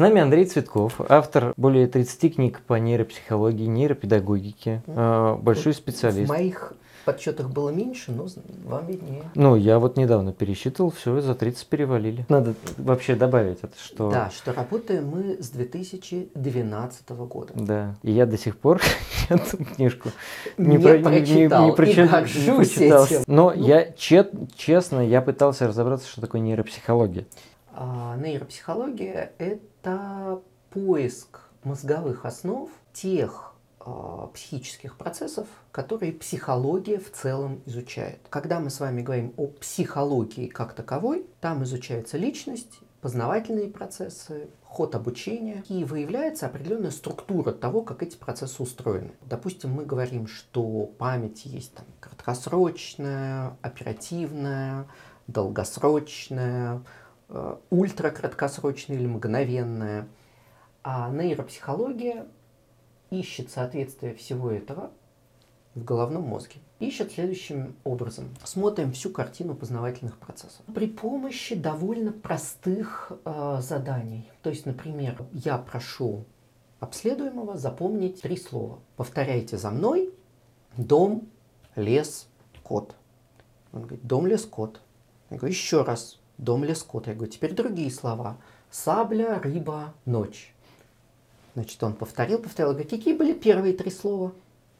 нами Андрей Цветков, автор более 30 книг по нейропсихологии, нейропедагогике, большой специалист. В моих подсчетах было меньше, но вам виднее. Ну, я вот недавно пересчитывал, все, за 30 перевалили. Надо вообще добавить это, что... Да, что работаем мы с 2012 года. Да, и я до сих пор эту книжку не прочитал, и горжусь этим. Но я честно, я пытался разобраться, что такое нейропсихология. Нейропсихология – это поиск мозговых основ тех психических процессов, которые психология в целом изучает. Когда мы с вами говорим о психологии как таковой, там изучается личность, познавательные процессы, ход обучения, и выявляется определенная структура того, как эти процессы устроены. Допустим, мы говорим, что память есть там краткосрочная, оперативная, долгосрочная, ультракраткосрочная или мгновенная. А нейропсихология ищет соответствие всего этого в головном мозге. Ищет следующим образом. Смотрим всю картину познавательных процессов. При помощи довольно простых заданий. То есть, например, я прошу обследуемого запомнить 3 слова. Повторяйте за мной: дом, лес, кот. Он говорит: дом, лес, кот. Я говорю: еще раз: дом, лес, кот. Я говорю: теперь другие слова: сабля, рыба, ночь. Значит, он повторил. Говорит: какие были первые 3 слова?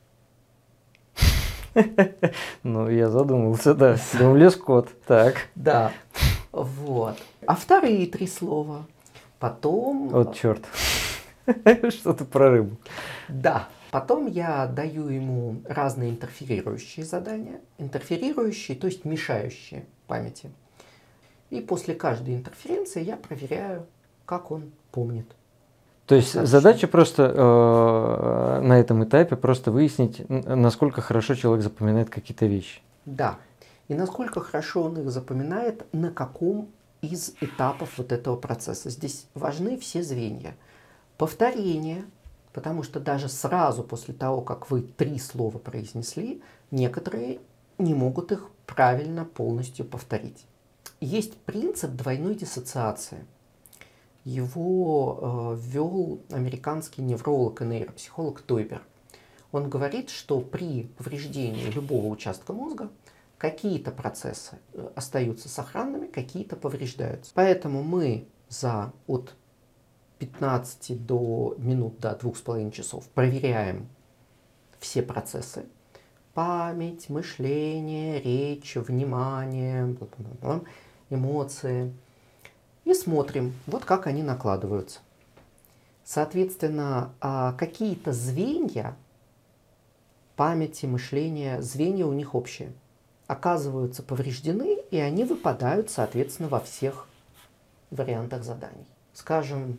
Ну, я задумался, да. Дом, лес, кот. Так. Да. Вот. А вторые 3 слова? Потом... Вот черт. Что-то про рыбу. Да. Потом я даю ему разные интерферирующие задания. Интерферирующие, то есть мешающие памяти. И после каждой интерференции я проверяю, как он помнит. То есть задача просто на этом этапе просто выяснить, насколько хорошо человек запоминает какие-то вещи. Да. И насколько хорошо он их запоминает, на каком из этапов вот этого процесса. Здесь важны все звенья. Повторение, потому что даже сразу после того, как вы 3 слова произнесли, некоторые не могут их правильно полностью повторить. Есть принцип двойной диссоциации. Его ввел американский невролог и нейропсихолог Тойбер. Он говорит, что при повреждении любого участка мозга какие-то процессы остаются сохранными, какие-то повреждаются. Поэтому мы от 15 до минут до 2,5 часов проверяем все процессы: память, мышление, речь, внимание, эмоции. И смотрим, вот как они накладываются. Соответственно, какие-то звенья памяти, мышления, звенья у них общие, оказываются повреждены, и они выпадают, соответственно, во всех вариантах заданий. Скажем,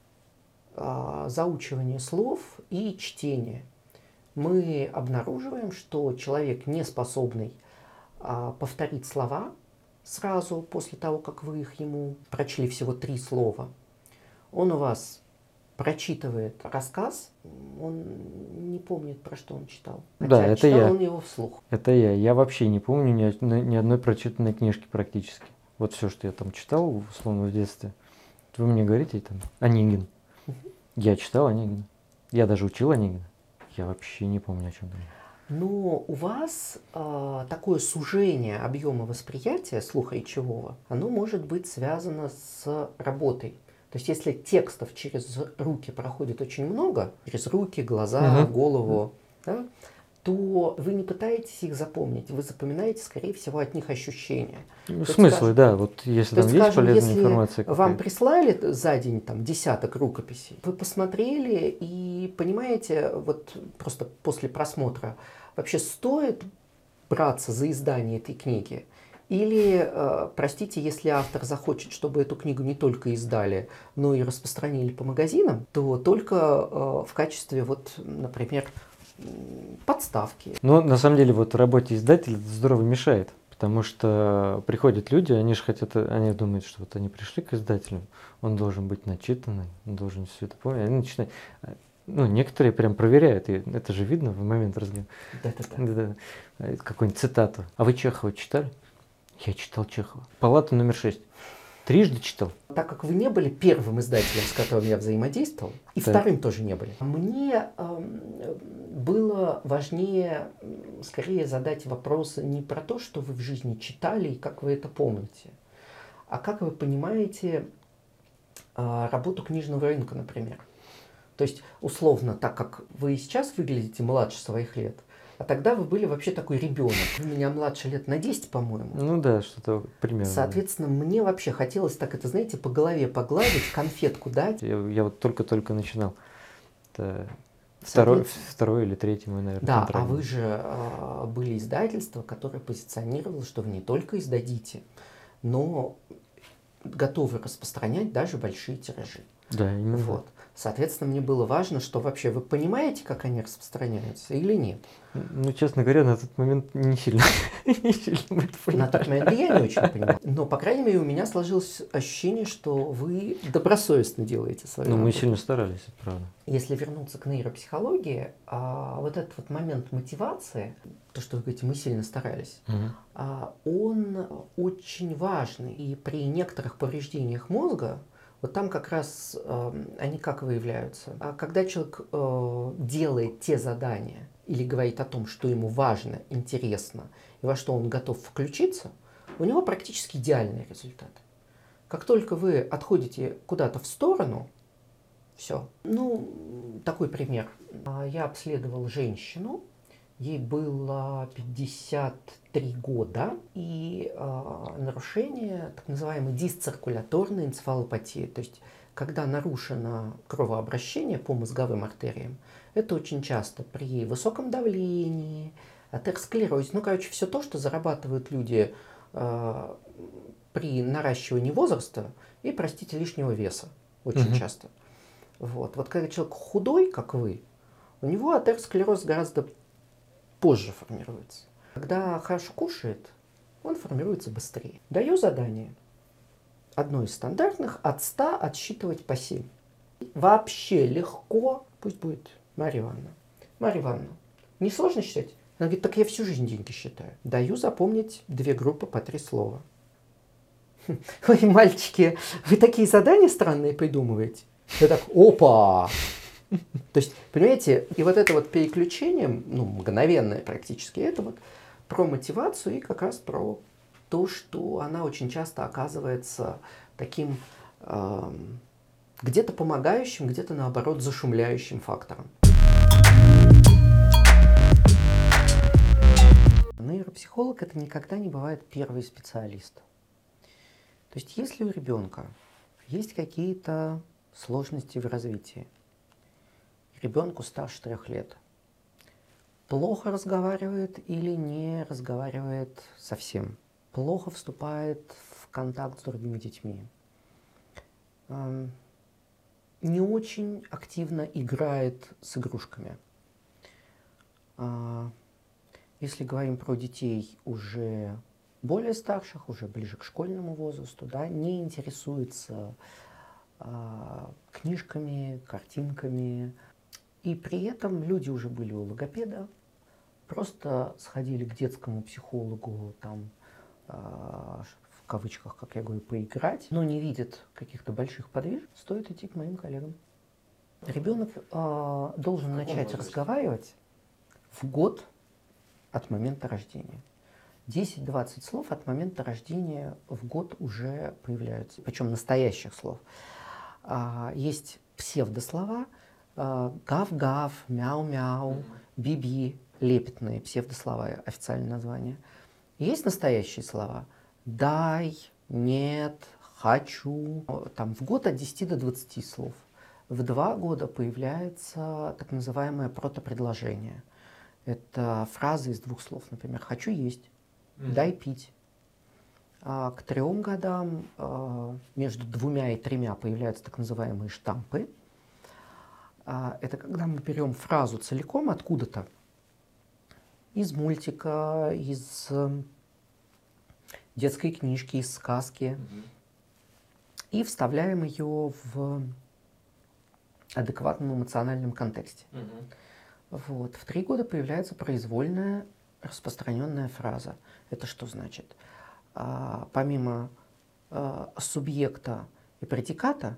заучивание слов и чтение. Мы обнаруживаем, что человек, не способный повторить слова сразу после того, как вы их ему прочли всего 3 слова, он у вас прочитывает рассказ, он не помнит, про что он читал. Хотя Да, это читал я. он его вслух. Это я. Я вообще не помню ни одной прочитанной книжки практически. Вот все, что я там читал, условно, в детстве. Вы мне говорите там Онегин. Я читал Онегина. Я даже учил Онегина. Я вообще не помню, о чем там. Но у вас такое сужение объема восприятия слуха речевого, оно может быть связано с работой. То есть если текстов через руки проходит очень много, через руки, глаза, голову, да, то вы не пытаетесь их запомнить, вы запоминаете, скорее всего, от них ощущения. Смыслы, да, вот если там есть полезная информация. Если вам прислали за день там 10 рукописей, вы посмотрели и понимаете, вот просто после просмотра, вообще стоит браться за издание этой книги? Или, простите, если автор захочет, чтобы эту книгу не только издали, но и распространили по магазинам, то только в качестве, вот, например, подставки. Но на самом деле вот работе издателя это здорово мешает, потому что приходят люди, они же хотят, они думают, что вот они пришли к издателю, он должен быть начитанный, он должен все это помнить. Они начинают, ну, некоторые прям проверяют, и это же видно в момент разговора. Да. Какую-нибудь цитату. А вы Чехова читали? Я читал Чехова. Палата номер 6. Трижды читал. Так как вы не были первым издателем, с которым я взаимодействовал, и Так. вторым тоже не были, мне было важнее скорее задать вопросы не про то, что вы в жизни читали и как вы это помните, а как вы понимаете работу книжного рынка, например. То есть, условно, так как вы сейчас выглядите младше своих лет, а тогда вы были вообще такой ребенок. Вы меня младше лет на 10, по-моему. Ну да, что-то примерно. Соответственно, мне вообще хотелось так это, знаете, по голове погладить, конфетку дать. Я вот только-только начинал. Это Соответственно, второй или третий мой, наверное, Да, контракт. а вы же были издательство, которое позиционировало, что вы не только издадите, но готовы распространять даже большие тиражи. Да, именно. Вот. Соответственно, мне было важно, что вообще вы понимаете, как они распространяются или нет. Ну, честно говоря, на тот момент не сильно, не сильно мы это На понимали. тот момент я не очень понимал. Но, по крайней мере, у меня сложилось ощущение, что вы добросовестно делаете свою Ну, мы работу. сильно старались, это правда. Если вернуться к нейропсихологии, вот этот вот момент мотивации, то, что вы говорите, мы сильно старались, он очень важный. И при некоторых повреждениях мозга, вот там как раз они как выявляются. Когда человек делает те задания или говорит о том, что ему важно, интересно и во что он готов включиться, у него практически идеальный результат. Как только вы отходите куда-то в сторону, все. Ну, такой пример. Я обследовал женщину, ей было 53 года, и нарушение так называемой дисциркуляторной энцефалопатии. То есть, когда нарушено кровообращение по мозговым артериям, это очень часто при высоком давлении, атеросклерозе. Ну, короче, все то, что зарабатывают люди при наращивании возраста и, простите, лишнего веса. Очень часто. Вот когда человек худой, как вы, у него атеросклероз гораздо позже формируется. Когда хорошо кушает, он формируется быстрее. Даю задание. Одно из стандартных, от 100 отсчитывать по 7. Вообще легко, пусть будет Марья Ивановна. Марья Ивановна, не сложно считать? Она говорит, так я всю жизнь деньги считаю. Даю запомнить 2 группы по 3 слова. Ой, мальчики, вы такие задания странные придумываете? Я так, опа! То есть, понимаете, и вот это вот переключение, ну, мгновенное практически, это вот про мотивацию и как раз про то, что она очень часто оказывается таким где-то помогающим, где-то наоборот зашумляющим фактором. Нейропсихолог это никогда не бывает первый специалист. То есть, если у ребенка есть какие-то сложности в развитии, ребенку старше 3 лет, плохо разговаривает или не разговаривает совсем, плохо вступает в контакт с другими детьми, не очень активно играет с игрушками. Если говорим про детей уже более старших, уже ближе к школьному возрасту, да, не интересуется книжками, картинками. И при этом люди уже были у логопеда, просто сходили к детскому психологу, там, в кавычках, как я говорю, поиграть, но не видят каких-то больших подвижек, стоит идти к моим коллегам. Ребенок должен начать разговаривать в год от момента рождения. 10-20 слов от момента рождения в год уже появляются, причем настоящих слов. Есть псевдослова, гав-гав, мяу-мяу, би-би, лепетные псевдослова, официальное название. Есть настоящие слова: дай, нет, хочу. Там в год от 10 до 20 слов. В 2 года появляется так называемое протопредложение. Это фразы из 2 слов, например, хочу есть, дай пить. К 3 годам между 2 и 3 появляются так называемые штампы. Это когда мы берем фразу целиком откуда-то, из мультика, из детской книжки, из сказки, и вставляем ее в адекватном эмоциональном контексте. Вот. В 3 года появляется произвольная распространенная фраза. Это что значит? Помимо субъекта и предиката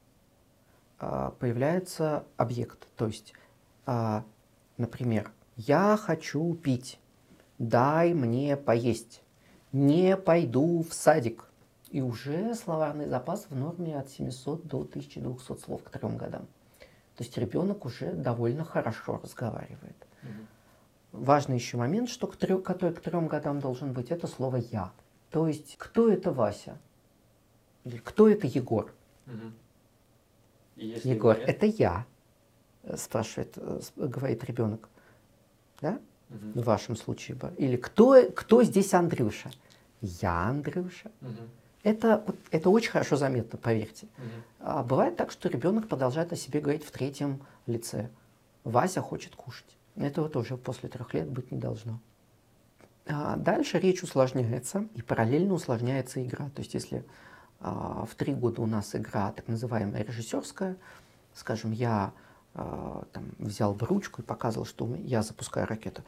появляется объект. То есть, например, «я хочу пить», «дай мне поесть», «не пойду в садик». И уже словарный запас в норме от 700 до 1200 слов к 3 годам. То есть ребенок уже довольно хорошо разговаривает. Важный еще момент, что который к 3 годам должен быть, это слово «я». То есть, кто это Вася? Или кто это Егор? Егор, это я, спрашивает, говорит ребенок. Да? В вашем случае. Или кто здесь Андрюша? Я Андрюша. Это очень хорошо заметно, поверьте. А бывает так, что ребенок продолжает о себе говорить в 3-м лице. Вася хочет кушать. Этого тоже после 3 лет быть не должно. А дальше речь усложняется, и параллельно усложняется игра. То есть если в 3 года у нас игра так называемая режиссерская, скажем, я взял бы ручку и показывал, что я запускаю ракету.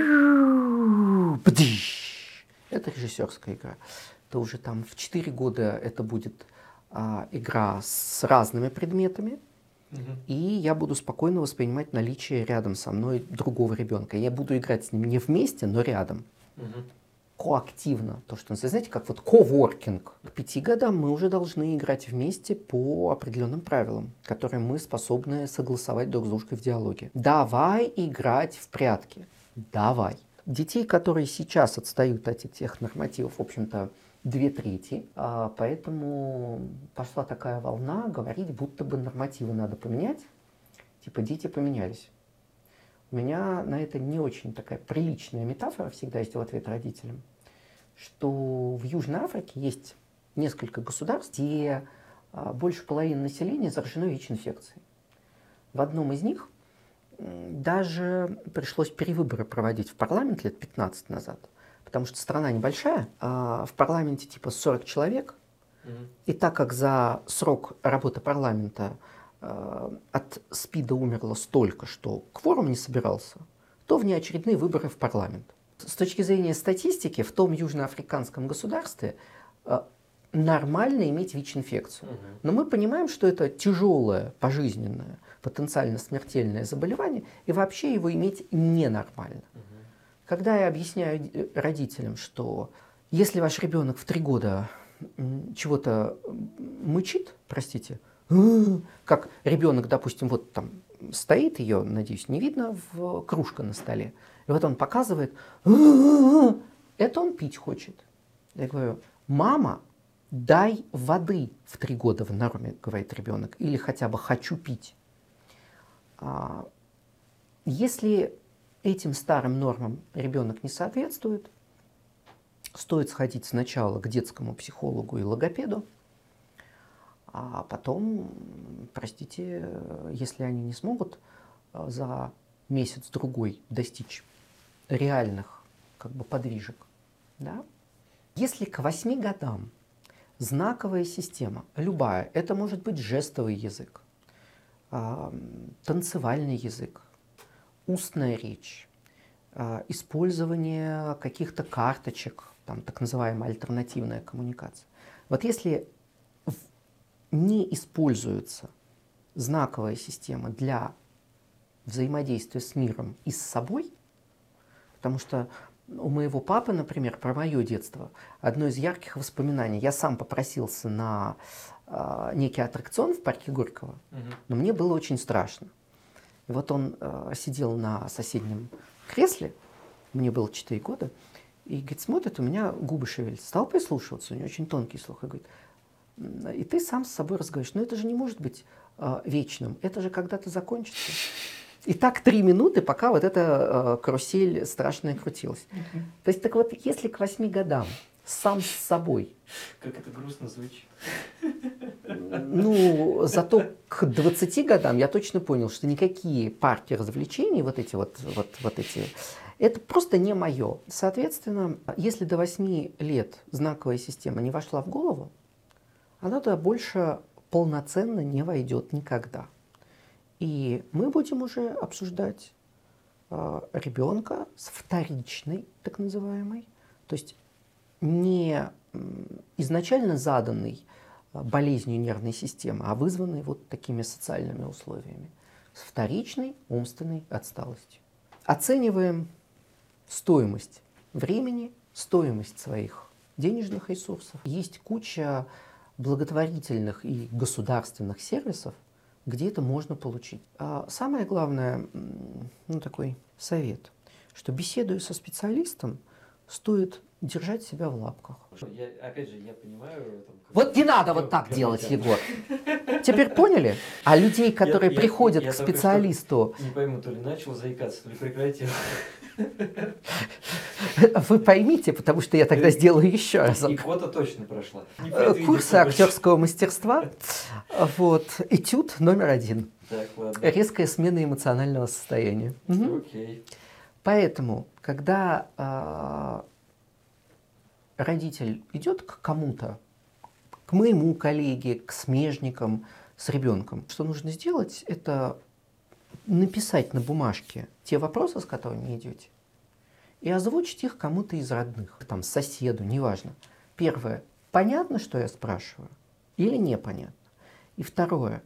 Это режиссерская игра. То уже там в 4 года это будет игра с разными предметами, и я буду спокойно воспринимать наличие рядом со мной другого ребенка. Я буду играть с ним не вместе, но рядом. Коактивно. То, что называется, знаете, как вот коворкинг. К 5 годам мы уже должны играть вместе по определенным правилам, которые мы способны согласовать друг с дружкой в диалоге. Давай играть в прятки. Давай. Детей, которые сейчас отстают от этих нормативов, в общем-то, 2/3, поэтому пошла такая волна говорить, будто бы нормативы надо поменять. Типа дети поменялись. У меня на это не очень такая приличная метафора всегда есть в ответ родителям, что в Южной Африке есть несколько государств, где больше половины населения заражено ВИЧ-инфекцией. В одном из них даже пришлось перевыборы проводить в парламент лет 15 назад, потому что страна небольшая, а в парламенте типа 40 человек, и так как за срок работы парламента от СПИДа умерло столько, что кворум не собирался, то внеочередные выборы в парламент. С точки зрения статистики, в том южноафриканском государстве нормально иметь ВИЧ-инфекцию. Но мы понимаем, что это тяжелое, пожизненное, потенциально смертельное заболевание, и вообще его иметь ненормально. Когда я объясняю родителям, что если ваш ребенок в 3 года чего-то мычит, простите, как ребенок, допустим, вот там стоит, ее, надеюсь, не видно, кружка на столе, и вот он показывает, это он пить хочет. Я говорю, мама, дай воды в 3 года в норме, говорит ребенок, или хотя бы хочу пить. Если этим старым нормам ребенок не соответствует, стоит сходить сначала к детскому психологу и логопеду, а потом, простите, если они не смогут за месяц-другой достичь реальных подвижек, да? Если к 8 годам знаковая система, любая, это может быть жестовый язык, танцевальный язык, устная речь, использование каких-то карточек, там, так называемая альтернативная коммуникация. Вот если не используется знаковая система для взаимодействия с миром и с собой, потому что у моего папы, например, про мое детство, одно из ярких воспоминаний, я сам попросился на некий аттракцион в парке Горького, но мне было очень страшно. И вот он сидел на соседнем кресле, мне было 4 года, и, говорит, смотрит, у меня губы шевелятся. Стал прислушиваться, у него очень тонкий слух, и говорит, и ты сам с собой разговариваешь, но это же не может быть вечным, это же когда-то закончится. И так 3 минуты, пока вот эта карусель страшная крутилась. То есть, так вот, если к 8 годам сам с собой... Как это грустно звучит. Ну, зато к 20 годам я точно понял, что никакие парки развлечений, вот эти, это просто не мое. Соответственно, если до 8 лет знаковая система не вошла в голову, она туда больше полноценно не войдет никогда. И мы будем уже обсуждать ребенка с вторичной, так называемой, то есть не изначально заданный болезнью нервной системы, а вызванный вот такими социальными условиями, с вторичной умственной отсталостью. Оцениваем стоимость времени, стоимость своих денежных ресурсов. Есть куча благотворительных и государственных сервисов, где это можно получить. А самое главное, такой совет, что беседуя со специалистом, стоит держать себя в лапках. Опять же, я понимаю... Вот не надо вот так делать, Егор. Теперь поняли? А людей, которые приходят к специалисту... Не пойму, то ли начал заикаться, то ли прекратил. Вы поймите, потому что я тогда сделаю еще раз. И квота точно прошла. Курсы актерского мастерства. Вот. Этюд номер 1. Так, ладно. Резкая смена эмоционального состояния. Окей. Поэтому, когда родитель идет к кому-то, к моему коллеге, к смежникам с ребенком, что нужно сделать, это написать на бумажке те вопросы, с которыми идете, и озвучить их кому-то из родных, там, соседу, неважно. Первое, понятно, что я спрашиваю, или непонятно? И второе,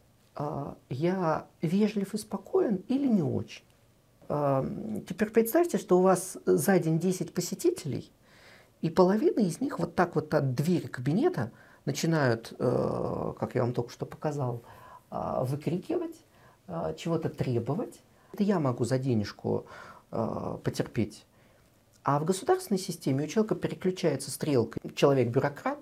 я вежлив и спокоен или не очень? Теперь представьте, что у вас за день 10 посетителей, и половина из них вот так вот от двери кабинета начинают, как я вам только что показал, выкрикивать, чего-то требовать. Это я могу за денежку потерпеть. А в государственной системе у человека переключается стрелка. Человек-бюрократ.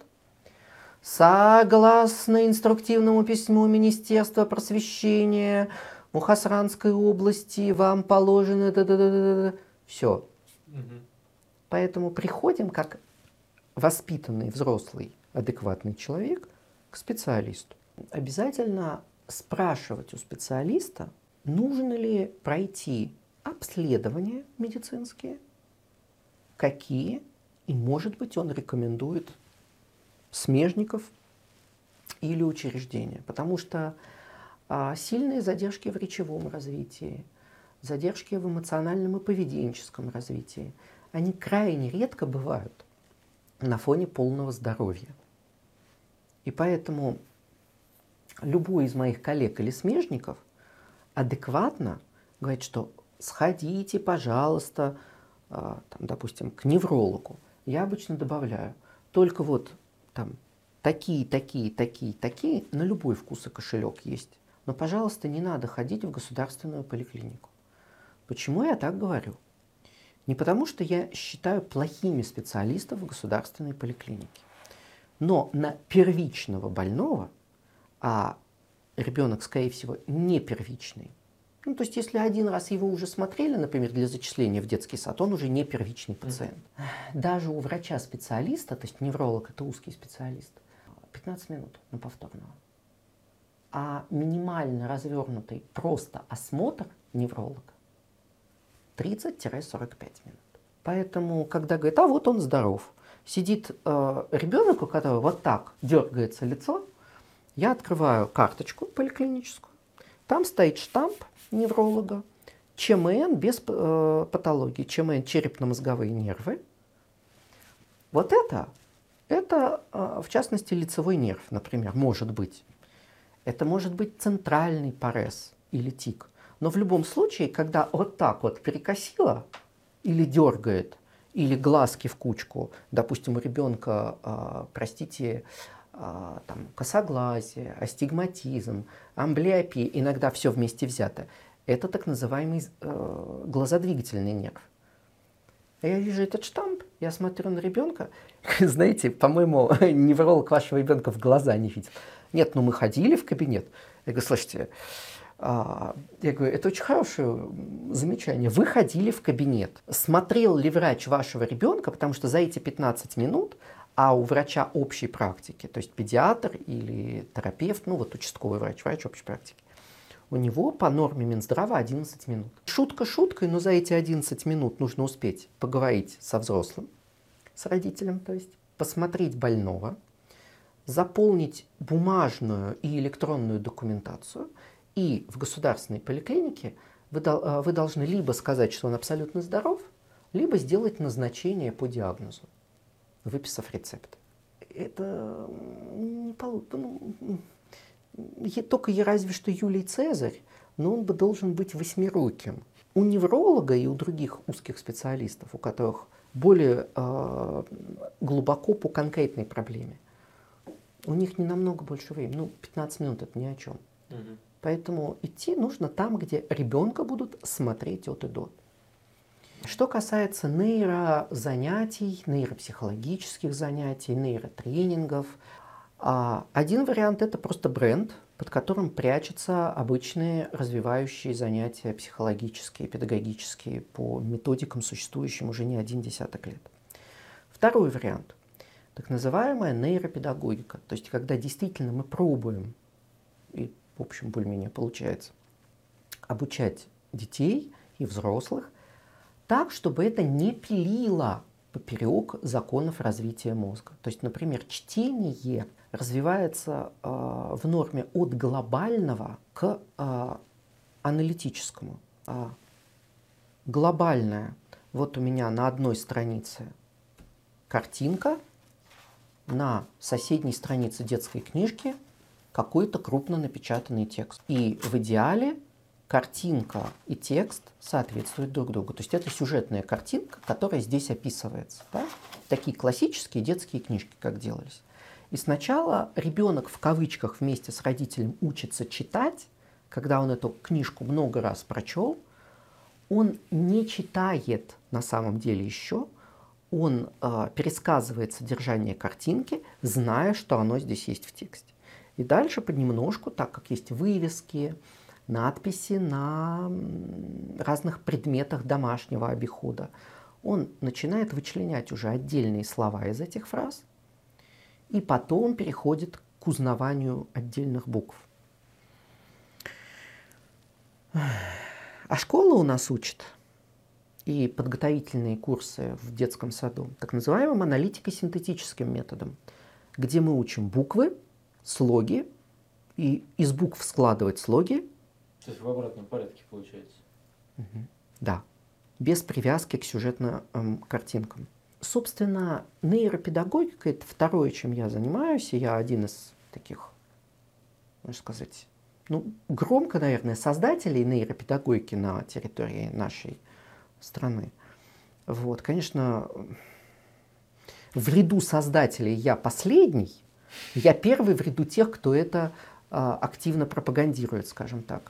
Согласно инструктивному письму Министерства просвещения Мухосранской области вам положено... Все. Поэтому приходим как воспитанный, взрослый, адекватный человек к специалисту. Обязательно спрашивать у специалиста, нужно ли пройти обследования медицинские, какие, и, может быть, он рекомендует смежников или учреждения. Потому что сильные задержки в речевом развитии, задержки в эмоциональном и поведенческом развитии, они крайне редко бывают на фоне полного здоровья. И поэтому любой из моих коллег или смежников адекватно говорит, что сходите, пожалуйста, допустим, к неврологу. Я обычно добавляю только вот там такие, на любой вкус и кошелек есть. Но, пожалуйста, не надо ходить в государственную поликлинику. Почему я так говорю? Не потому, что я считаю плохими специалистов в государственной поликлинике. Но на первичного больного, а ребенок, скорее всего, не первичный, то есть если один раз его уже смотрели, например, для зачисления в детский сад, он уже не первичный пациент. Даже у врача-специалиста, то есть невролог – это узкий специалист, 15 минут на повторного. А минимально развернутый просто осмотр невролога 30-45 минут. Поэтому, когда говорят, а вот он здоров, сидит ребенок, у которого вот так дергается лицо, я открываю карточку поликлиническую, там стоит штамп невролога, ЧМН без патологии, ЧМН черепно-мозговые нервы. Вот это в частности лицевой нерв, например, может быть. Это может быть центральный парез или тик. Но в любом случае, когда вот так вот перекосило или дергает, или глазки в кучку, допустим, у ребенка, косоглазие, астигматизм, амблиопия, иногда все вместе взято, это так называемый глазодвигательный нерв. Я вижу этот штамп, я смотрю на ребенка, знаете, по-моему, невролог вашего ребенка в глаза не видит. Нет, мы ходили в кабинет. Я говорю, слушайте, я говорю, это очень хорошее замечание. Вы ходили в кабинет. Смотрел ли врач вашего ребенка, потому что за эти 15 минут, а у врача общей практики, то есть педиатр или терапевт, участковый врач общей практики, у него по норме Минздрава 11 минут. Шутка шуткой, но за эти 11 минут нужно успеть поговорить со взрослым, с родителем, то есть посмотреть больного, заполнить бумажную и электронную документацию, и в государственной поликлинике вы должны либо сказать, что он абсолютно здоров, либо сделать назначение по диагнозу, выписав рецепт. это не только разве что Юлий Цезарь, но он бы должен быть восьмируким. У невролога и у других узких специалистов, у которых более глубоко по конкретной проблеме, у них не намного больше времени. 15 минут это ни о чем. Поэтому идти нужно там, где ребенка будут смотреть от и до. Что касается нейрозанятий, нейропсихологических занятий, нейротренингов, один вариант – это просто бренд, под которым прячутся обычные развивающие занятия психологические, педагогические по методикам, существующим уже не один десяток лет. Второй вариант – так называемая нейропедагогика, то есть когда действительно мы пробуем, и в общем более-менее получается, обучать детей и взрослых так, чтобы это не пилило поперек законов развития мозга. То есть, например, чтение развивается в норме от глобального к аналитическому. Глобальное. Вот у меня на одной странице картинка, на соседней странице детской книжки какой-то крупно напечатанный текст. И в идеале картинка и текст соответствуют друг другу. То есть это сюжетная картинка, которая здесь описывается. Да? Такие классические детские книжки, как делались. И сначала ребенок в кавычках вместе с родителем учится читать, когда он эту книжку много раз прочел, он не читает на самом деле еще, он пересказывает содержание картинки, зная, что оно здесь есть в тексте. И дальше понемножку, так как есть вывески, надписи на разных предметах домашнего обихода, он начинает вычленять уже отдельные слова из этих фраз и потом переходит к узнаванию отдельных букв. А школа у нас учит и подготовительные курсы в детском саду так называемым аналитико-синтетическим методом, где мы учим буквы, слоги, и из букв складывать слоги. То есть в обратном порядке получается. Да, без привязки к сюжетным картинкам. Собственно, нейропедагогика – это второе, чем я занимаюсь, и я один из таких, можно сказать, громко, наверное, создателей нейропедагогики на территории нашей страны. Вот, конечно, в ряду создателей я последний, я первый в ряду тех, кто это активно пропагандирует, скажем так.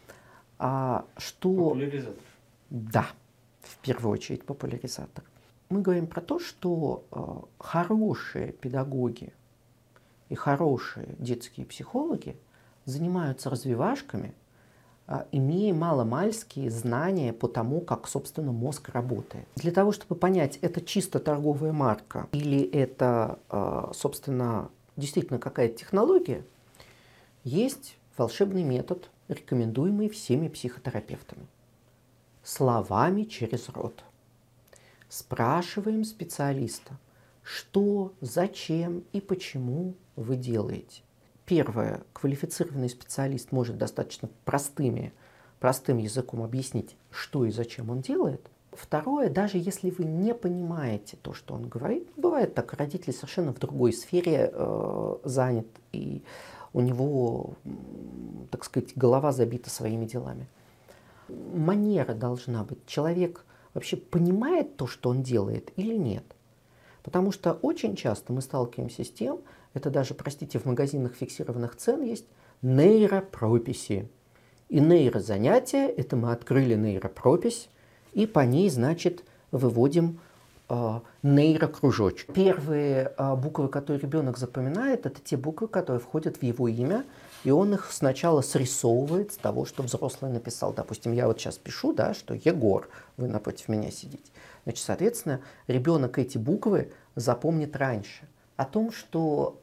Популяризатор. Да, в первую очередь популяризатор. Мы говорим про то, что хорошие педагоги и хорошие детские психологи занимаются развивашками, имея маломальские знания по тому, как, собственно, мозг работает. Для того, чтобы понять, это чисто торговая марка или это, собственно, действительно какая-то технология, есть волшебный метод, рекомендуемый всеми психотерапевтами. Словами через рот. Спрашиваем специалиста, что, зачем и почему вы делаете. Первое, квалифицированный специалист может достаточно простым языком объяснить, что и зачем он делает. Второе, даже если вы не понимаете то, что он говорит, бывает так, родитель совершенно в другой сфере занят, и у него, так сказать, голова забита своими делами. Манера должна быть. Человек вообще понимает то, что он делает, или нет. Потому что очень часто мы сталкиваемся с тем, это даже, простите, в магазинах фиксированных цен есть нейропрописи. И нейрозанятия, это мы открыли нейропропись, и по ней, значит, выводим нейрокружочек. Первые буквы, которые ребенок запоминает, это те буквы, которые входят в его имя, и он их сначала срисовывает с того, что взрослый написал. Допустим, я вот сейчас пишу, да, что Егор, вы напротив меня сидите. Значит, соответственно, ребенок эти буквы запомнит раньше. О том, что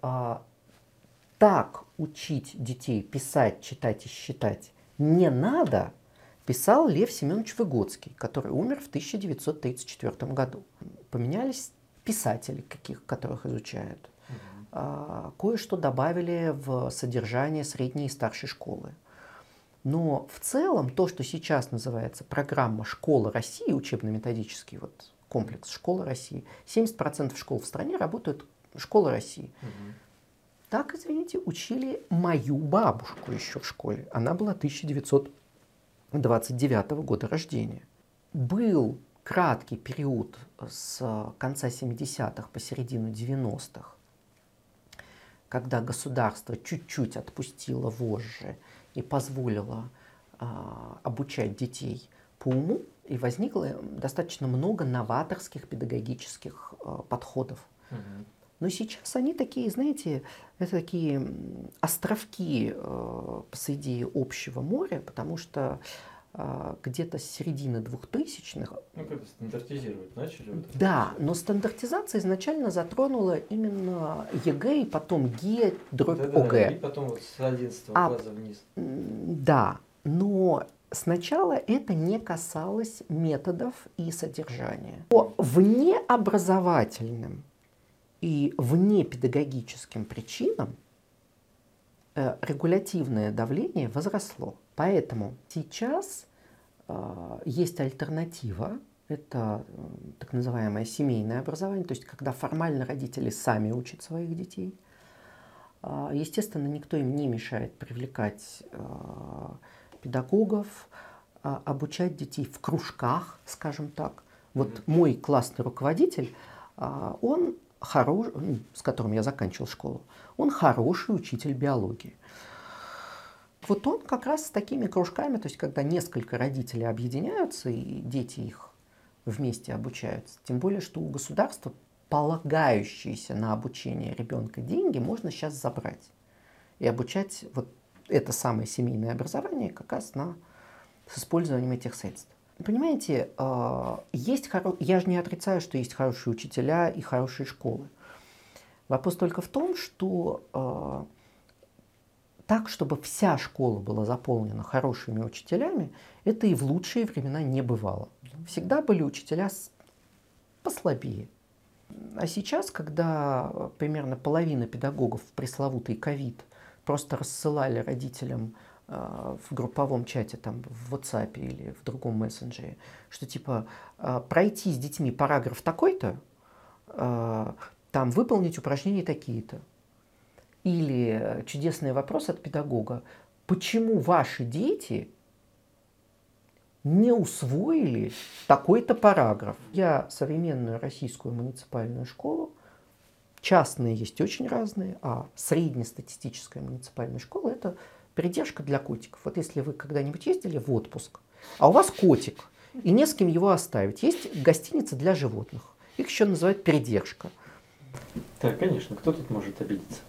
так учить детей писать, читать и считать не надо, писал Лев Семенович Выгодский, который умер в 1934 году. Поменялись писатели, которых изучают. Кое-что добавили в содержание средней и старшей школы. Но в целом то, что сейчас называется программа «Школа России», учебно-методический комплекс «Школа России», 70% школ в стране работают школа России. Так, извините, учили мою бабушку еще в школе. Она была 1929 года рождения. Был краткий период с конца 70-х по середину 90-х, когда государство чуть-чуть отпустило вожжи и позволило обучать детей по уму, и возникло достаточно много новаторских педагогических подходов. Но сейчас они такие, знаете, это такие островки посреди общего моря, потому что где-то с середины 2000-х... Ну, как-то стандартизировать начали? Вот да, но стандартизация изначально затронула именно ЕГЭ, и потом ГИ, дробь ОГЭ. И потом вот с 11 класса вниз. Да, но сначала это не касалось методов и содержания. По внеобразовательным и внепедагогическим причинам регулятивное давление возросло. Поэтому сейчас есть альтернатива, это так называемое семейное образование, то есть когда формально родители сами учат своих детей. Естественно, никто им не мешает привлекать педагогов, обучать детей в кружках, скажем так. Вот мой классный руководитель, он с которым я заканчивал школу, он хороший учитель биологии. Вот он как раз с такими кружками, то есть когда несколько родителей объединяются и дети их вместе обучаются, тем более, что у государства полагающиеся на обучение ребенка деньги можно сейчас забрать и обучать вот это самое семейное образование как раз с использованием этих средств. Понимаете, я же не отрицаю, что есть хорошие учителя и хорошие школы. Вопрос только в том, что так, чтобы вся школа была заполнена хорошими учителями, это и в лучшие времена не бывало. Всегда были учителя послабее. А сейчас, когда примерно половина педагогов в пресловутый ковид просто рассылали родителям в групповом чате, там, в WhatsApp или в другом мессенджере, что типа пройти с детьми параграф такой-то, там выполнить упражнения такие-то. Или чудесный вопрос от педагога: почему ваши дети не усвоили такой-то параграф? Я современную российскую муниципальную школу, частные есть очень разные, а среднестатистическая муниципальная школа — это передержка для котиков. Вот если вы когда-нибудь ездили в отпуск, а у вас котик, и не с кем его оставить, есть гостиница для животных. Их еще называют передержка. Так, конечно, кто тут может обидеться?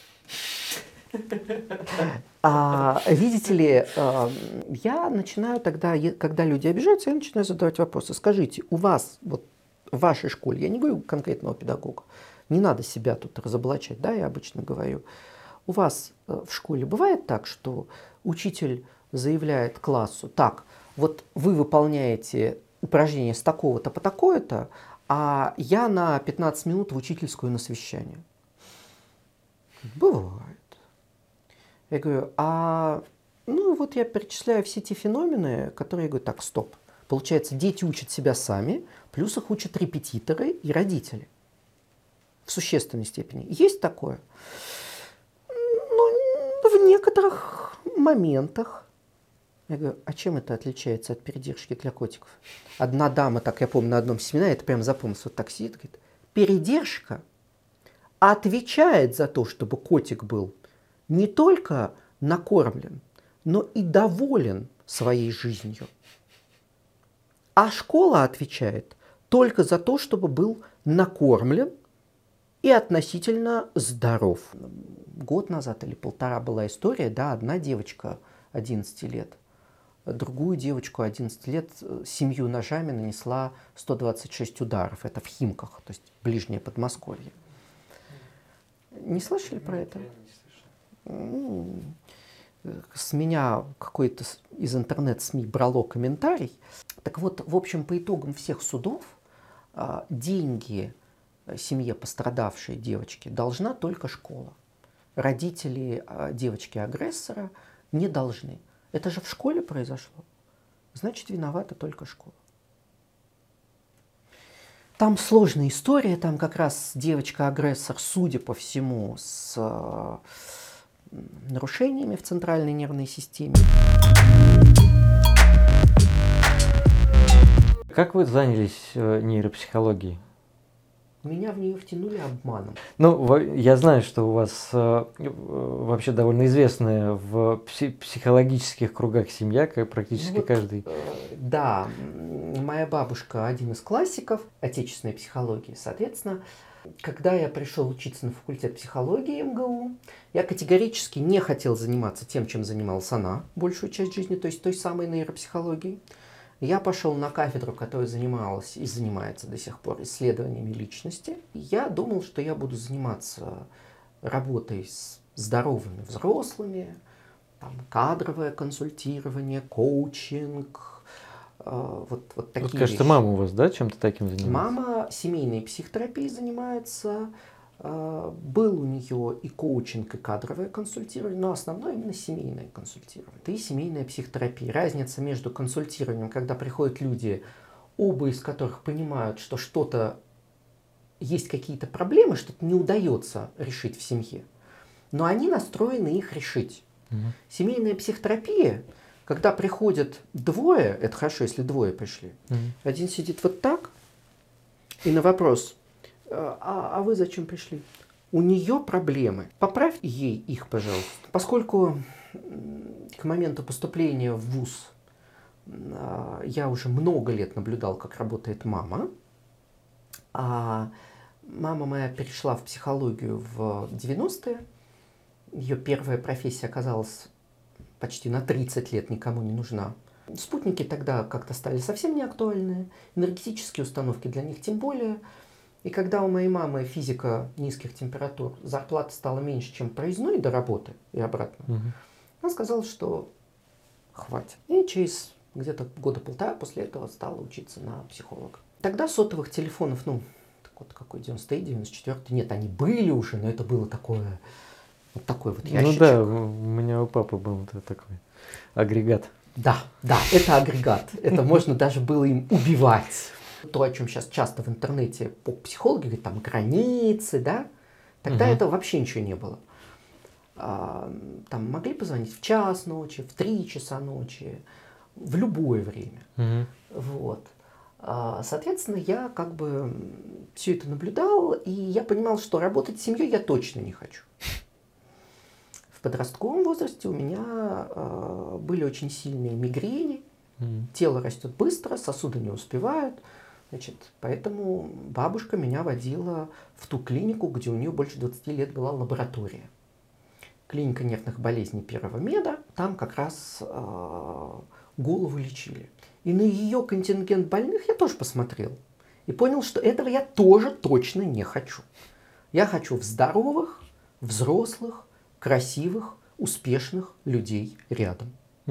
Видите ли, я начинаю тогда, когда люди обижаются, я начинаю задавать вопросы. Скажите, у вас, вот в вашей школе, я не говорю конкретного педагога, не надо себя тут разоблачать, да, я обычно говорю. У вас в школе бывает так, что учитель заявляет классу: так, вот вы выполняете упражнение с такого-то по такое-то, а я на 15 минут в учительскую на совещание? Бывает. Я говорю: ну вот я перечисляю все те феномены, которые я говорю: так, стоп. Получается, дети учат себя сами, плюс их учат репетиторы и родители. В существенной степени. Есть такое? Ну, в некоторых моментах. Я говорю: а чем это отличается от передержки для котиков? Одна дама, так я помню, на одном семинаре, это прям запомнилось, вот так сидит, говорит: передержка отвечает за то, чтобы котик был не только накормлен, но и доволен своей жизнью. А школа отвечает только за то, чтобы был накормлен и относительно здоров. Год назад или полтора была история, да, одна девочка 11 лет, другую девочку 11 лет 7 ножами нанесла 126 ударов. Это в Химках, то есть ближнее Подмосковье. Не слышали про это? С меня какой-то из интернет-СМИ брало комментарий. Так вот, в общем, по итогам всех судов деньги семье пострадавшей девочки должна только школа. Родители девочки-агрессора не должны. Это же в школе произошло. Значит, виновата только школа. Там сложная история, там как раз девочка-агрессор, судя по всему, с нарушениями в центральной нервной системе. Как вы занялись нейропсихологией? Меня в нее втянули обманом. Ну, я знаю, что у вас вообще довольно известная в психологических кругах семья, как практически каждый. Да, моя бабушка один из классиков отечественной психологии. Соответственно, когда я пришел учиться на факультет психологии МГУ, я категорически не хотел заниматься тем, чем занималась она большую часть жизни, то есть той самой нейропсихологией. Я пошел на кафедру, которая занималась и занимается до сих пор исследованиями личности. Я думал, что я буду заниматься работой с здоровыми взрослыми, там, кадровое консультирование, коучинг, вот такие Вот, кажется, вещи. мама у вас, да, чем-то таким занимается? Мама семейной психотерапией занимается. Был у нее и коучинг, и кадровое консультирование, но основное именно семейное консультирование. Это и семейная психотерапия. Разница между консультированием, когда приходят люди, оба из которых понимают, что что-то есть какие-то проблемы, что-то не удается решить в семье, но они настроены их решить. Семейная психотерапия, когда приходят двое, это хорошо, если двое пришли, один сидит вот так, и на вопрос: а вы зачем пришли? У нее проблемы. Поправь ей их, пожалуйста. Поскольку к моменту поступления в вуз я уже много лет наблюдал, как работает мама, а мама моя перешла в психологию в 90-е. Ее первая профессия оказалась почти на 30 лет никому не нужна. Спутники тогда как-то стали совсем не актуальны, энергетические установки для них тем более. И когда у моей мамы физика низких температур, зарплата стала меньше, чем проездной до работы и обратно, она сказала, что хватит. И через где-то года полтора после этого стала учиться на психолога. Тогда сотовых телефонов, так вот какой 93-й, 94-й, нет, они были уже, но это было такое, вот такой вот ящичек. Ну да, у меня у папы был вот такой агрегат. Да, это агрегат. Это можно даже было им убивать. То, о чем сейчас часто в интернете психологи говорят, там границы, да? Тогда этого вообще ничего не было. Там могли позвонить в час ночи, в 3 часа ночи, в любое время. Вот. Соответственно, я как бы все это наблюдал, и я понимал, что работать с семьей я точно не хочу. В подростковом возрасте у меня были очень сильные мигрени, тело растет быстро, сосуды не успевают. Значит, поэтому бабушка меня водила в ту клинику, где у нее больше 20 лет была лаборатория. Клиника нервных болезней первого меда, там как раз голову лечили. И на ее контингент больных я тоже посмотрел. И понял, что этого я тоже точно не хочу. Я хочу в здоровых, взрослых, красивых, успешных людей рядом.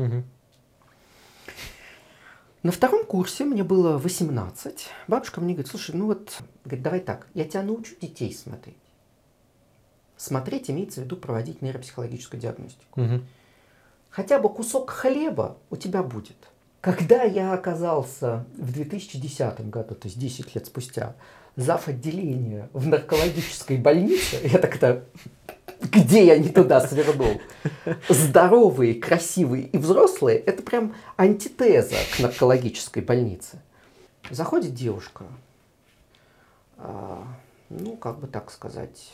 На втором курсе, мне было 18, бабушка мне говорит: слушай, говорит, давай так, я тебя научу детей смотреть. Смотреть имеется в виду проводить нейропсихологическую диагностику. Хотя бы кусок хлеба у тебя будет. Когда я оказался в 2010 году, то есть 10 лет спустя, зав. Отделения в наркологической больнице, я тогда, где я не туда свернул, здоровые, красивые и взрослые, это прям антитеза к наркологической больнице. Заходит девушка, как бы так сказать,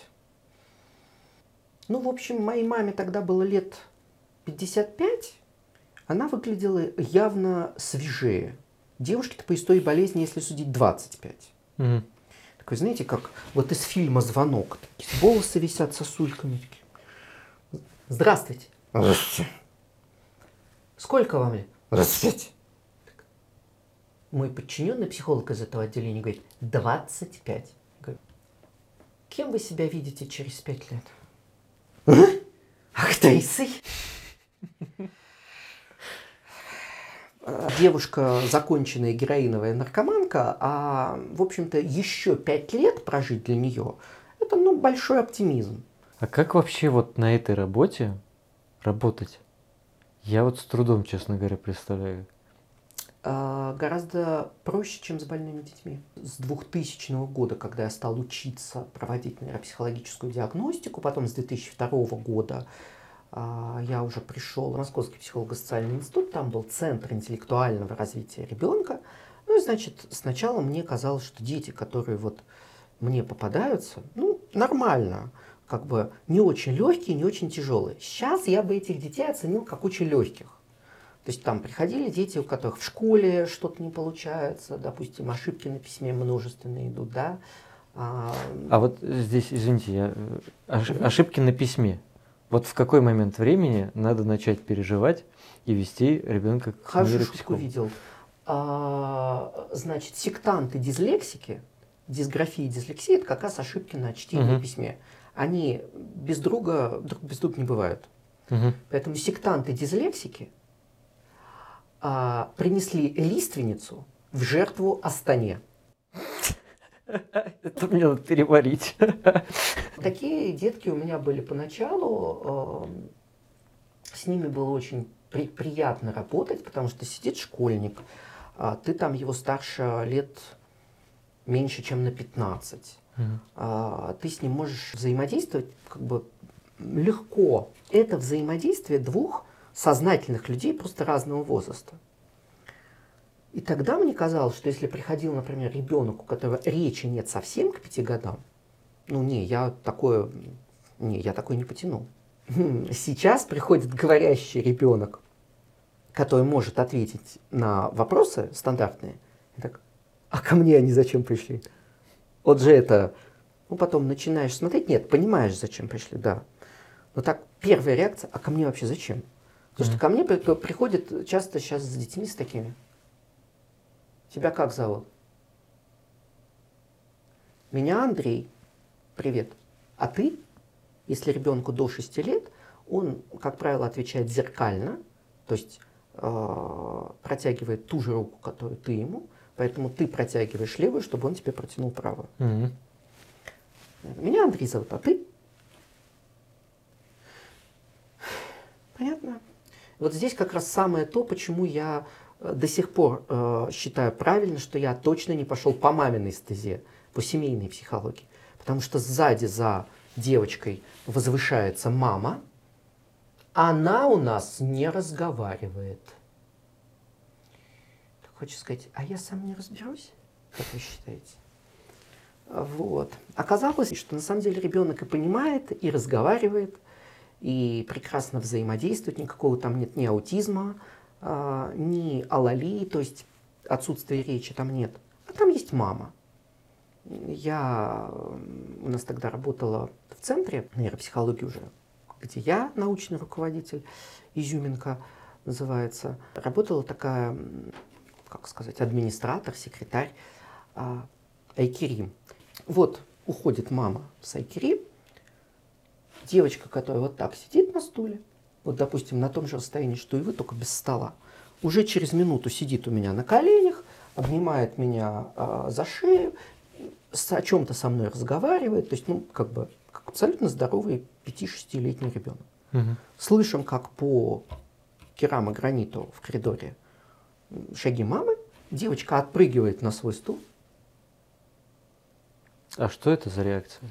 в общем, моей маме тогда было лет 55, она выглядела явно свежее. Девушке-то по истории болезни, если судить, 25. Такой, знаете, как вот из фильма «Звонок». Такие волосы висят сосульками. Такие. Здравствуйте. Здравствуйте. Сколько вам лет? 25. Мой подчиненный психолог из этого отделения говорит: 25. Говорю: кем вы себя видите через 5 лет? Актрисой. Девушка, законченная героиновая наркоманка, а, в общем-то, еще 5 лет прожить для нее – это, большой оптимизм. А как вообще вот на этой работе работать? Я вот с трудом, честно говоря, представляю. Гораздо проще, чем с больными детьми. С 2000 года, когда я стал учиться проводить нейропсихологическую диагностику, потом с 2002 года я уже пришел в Московский психолого-социальный институт, там был Центр интеллектуального развития ребенка. Ну и, значит, сначала мне казалось, что дети, которые вот мне попадаются, ну, нормально, как бы не очень легкие, не очень тяжелые. Сейчас я бы этих детей оценил как очень легких. То есть там приходили дети, у которых в школе что-то не получается, допустим, ошибки на письме множественные идут, да. А вот здесь, извините, ошибки на письме. Вот в какой момент времени надо начать переживать и вести ребенка к Хорошо, нейропсихологу? видел. Значит, сектанты дислексики, дисграфия и дислексия, это как раз ошибки на чтении и письме. Они без друга не бывают. Поэтому сектанты дислексики принесли лиственницу в жертву Астане. Это мне надо переварить. Такие детки у меня были поначалу. С ними было очень приятно работать, потому что сидит школьник, ты там его старше лет меньше, чем на 15. Ты с ним можешь взаимодействовать как бы легко. Это взаимодействие двух сознательных людей просто разного возраста. И тогда мне казалось, что если приходил, например, ребенок, у которого речи нет совсем к 5 годам, ну я такое не потяну. Сейчас приходит говорящий ребенок, который может ответить на вопросы стандартные. И так, а ко мне они зачем пришли? Вот же это... Ну, потом начинаешь смотреть, нет, понимаешь, зачем пришли, да. Но так, первая реакция, а ко мне вообще зачем? Потому что ко мне приходят часто сейчас с детьми с такими. Тебя как зовут? Меня Андрей. Привет. А ты? Если ребенку до 6 лет, он, как правило, отвечает зеркально, то есть протягивает ту же руку, которую ты ему, поэтому ты протягиваешь левую, чтобы он тебе протянул правую. Меня Андрей зовут, а ты? Понятно? Вот здесь как раз самое то, почему я до сих пор считаю правильно, что я точно не пошел по маминой стезе, по семейной психологии. Потому что сзади за девочкой возвышается мама, она у нас не разговаривает. Хочешь сказать, а я сам не разберусь? Как вы считаете? Вот. Оказалось, что на самом деле ребенок и понимает, и разговаривает, и прекрасно взаимодействует, никакого там нет ни аутизма, ни алалии, то есть отсутствия речи там нет. А там есть мама. У нас тогда работала в центре нейропсихологии уже, где я научный руководитель, Изюминка называется. Работала такая, как сказать, администратор, секретарь Айкери. Вот уходит мама с Айкери, девочка, которая вот так сидит на стуле, вот, допустим, на том же расстоянии, что и вы, только без стола, уже через минуту сидит у меня на коленях, обнимает меня за шею, о чем-то со мной разговаривает, то есть, ну, как абсолютно здоровый 5-6-летний ребенок. Слышим, как по керамограниту в коридоре шаги мамы, девочка отпрыгивает на свой стул. А что это за реакция?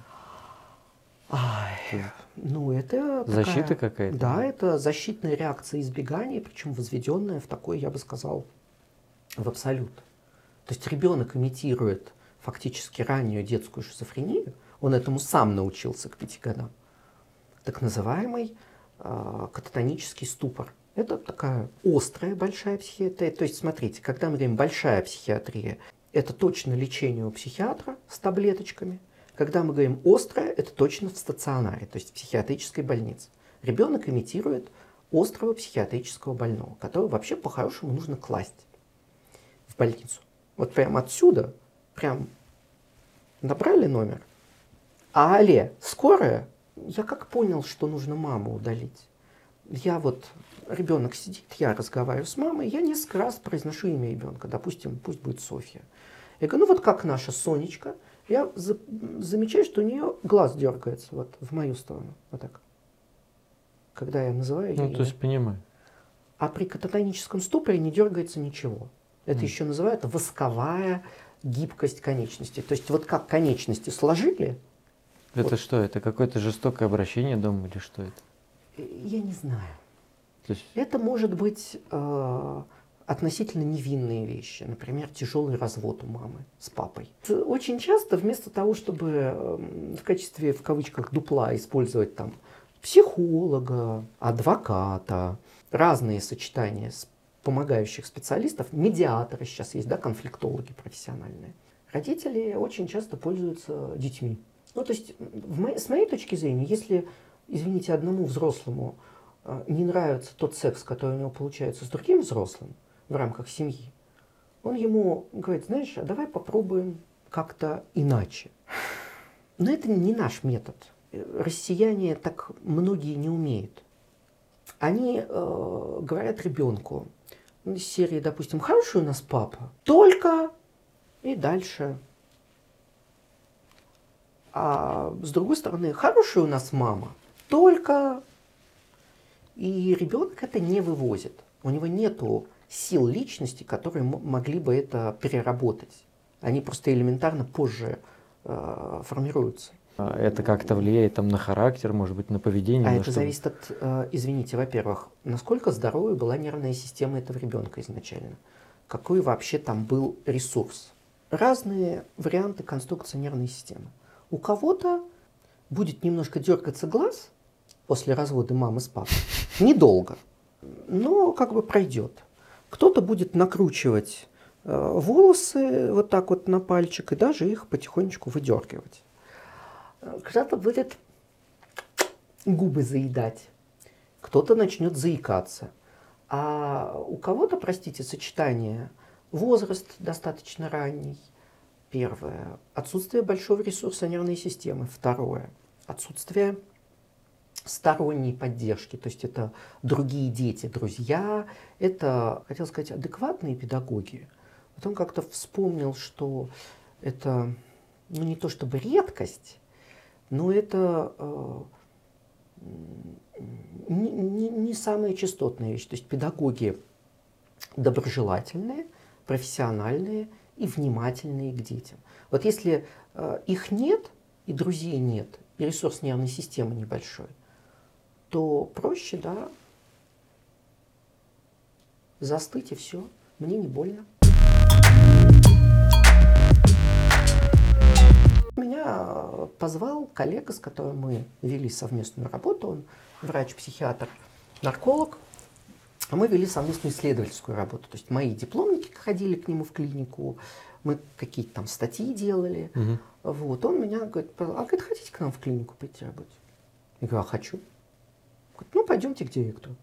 Ну, это защита какая-то? Да, это защитная реакция избегания, причем возведенная в такой, я бы сказал, в абсолют. То есть ребенок имитирует фактически раннюю детскую шизофрению, он этому сам научился к 5 годам. Так называемый кататонический ступор. Это такая острая большая психиатрия. То есть, смотрите, когда мы говорим большая психиатрия, это точно лечение у психиатра с таблеточками. Когда мы говорим острое, это точно в стационаре, то есть в психиатрической больнице. Ребенок имитирует острого психиатрического больного, которого вообще по-хорошему нужно класть в больницу. Вот прямо отсюда, прям набрали номер. А алле, скорая, я как понял, что нужно маму удалить. Ребенок сидит, я разговариваю с мамой, я несколько раз произношу имя ребенка, допустим, пусть будет Софья. Я говорю, ну вот как наша Сонечка, я замечаю, что у нее глаз дергается вот в мою сторону, вот так, когда я называю ее имя. То есть понимаю. А при кататоническом ступоре не дергается ничего. Это еще называют восковая гибкость конечностей. То есть вот как конечности сложили. Это вот, что? Это какое-то жестокое обращение дома или что это? я не знаю. То есть... Это может быть относительно невинные вещи. Например, тяжелый развод у мамы с папой. Очень часто вместо того, чтобы в качестве, в кавычках, дупла использовать там психолога, адвоката, разные сочетания помогающих специалистов, медиаторы сейчас есть, да, конфликтологи профессиональные. Родители очень часто пользуются детьми. Ну, то есть, с моей точки зрения, если, извините, одному взрослому не нравится тот секс, который у него получается с другим взрослым в рамках семьи, он ему говорит, знаешь, а давай попробуем как-то иначе. Но это не наш метод. Россияне так многие не умеют. Они говорят ребенку из серии, допустим, хороший у нас папа, только и дальше. А с другой стороны, хорошая у нас мама, только. И ребенок это не вывозит. У него нету сил личности, которые могли бы это переработать. Они просто элементарно позже формируются. Это как-то влияет там на характер, может быть, на поведение? А это зависит от, извините, во-первых, насколько здоровой была нервная система этого ребенка изначально. Какой вообще там был ресурс. Разные варианты конструкции нервной системы. У кого-то будет немножко дергаться глаз после развода мамы с папой. Недолго, но как бы пройдет. Кто-то будет накручивать волосы вот так вот на пальчик и даже их потихонечку выдергивать. Кто-то будет губы заедать, кто-то начнет заикаться. А у кого-то, простите, сочетание возраст достаточно ранний, первое, отсутствие большого ресурса нервной системы, второе, отсутствие сторонней поддержки, то есть это другие дети, друзья, это, хотел сказать, адекватные педагоги. Потом как-то вспомнил, что это, ну не то чтобы редкость, но это не самая частотная вещь. То есть педагоги доброжелательные, профессиональные и внимательные к детям. Вот если их нет, и друзей нет, и ресурс нервной системы небольшой, то проще, да, застыть и все, мне не больно. Меня позвал коллега, с которым мы вели совместную работу, он врач-психиатр, нарколог, а мы вели совместную исследовательскую работу. То есть мои дипломники ходили к нему в клинику, мы какие-то там статьи делали. Вот. Он меня говорит, а говорит, хотите к нам в клинику прийти работать? Я говорю, а хочу. Говорит, ну пойдемте к директору.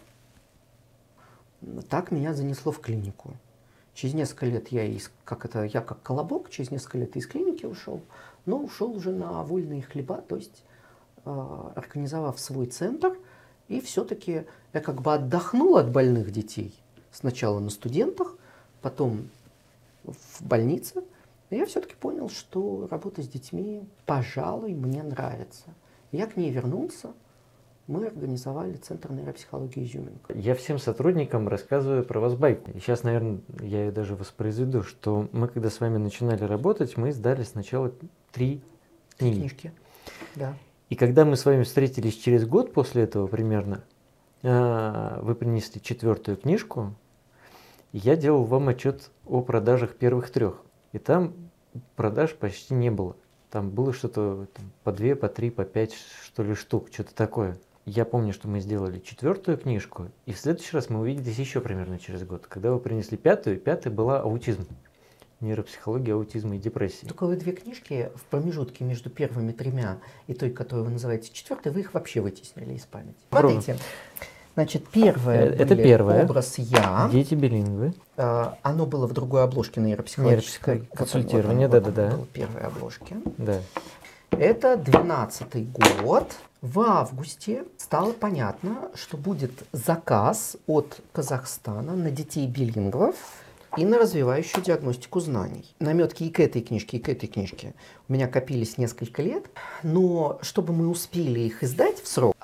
Так меня занесло в клинику. Через несколько лет я как колобок, через несколько лет из клиники ушел, но ушел уже на вольные хлеба, то есть организовав свой центр, и все-таки я как бы отдохнул от больных детей. Сначала на студентах, потом в больнице. И я все-таки понял, что работа с детьми, пожалуй, мне нравится. Я к ней вернулся. Мы организовали Центр нейропсихологии «Изюминка». Я всем сотрудникам рассказываю про вас байку. Сейчас, наверное, я ее даже воспроизведу, что мы, когда с вами начинали работать, мы издали сначала 3 книжки. Да. И когда мы с вами встретились через год после этого примерно, вы принесли 4-ю книжку, и я делал вам отчет о продажах первых 3. И там продаж почти не было. Там было что-то по 2, по 3, по 5, что ли, штук, что-то такое. Я помню, что мы сделали 4-ю книжку, и в следующий раз мы увиделись еще примерно через год. Когда вы принесли 5-ю, 5-я была аутизм. Нейропсихология аутизма и депрессии. Только вы 2 книжки в промежутке между первыми 3 и той, которую вы называете 4-й, вы их вообще вытеснили из памяти. Смотрите. Значит, это первое. Образ «Я». Дети билингвы. Оно было в другой обложке нейропсихологической. Консультирование, да-да-да. Первой обложке. Да. Это 12-й год. В августе стало понятно, что будет заказ от Казахстана на детей билингвов и на развивающую диагностику знаний. Наметки и к этой книжке у меня копились несколько лет, но чтобы мы успели их издать в срок,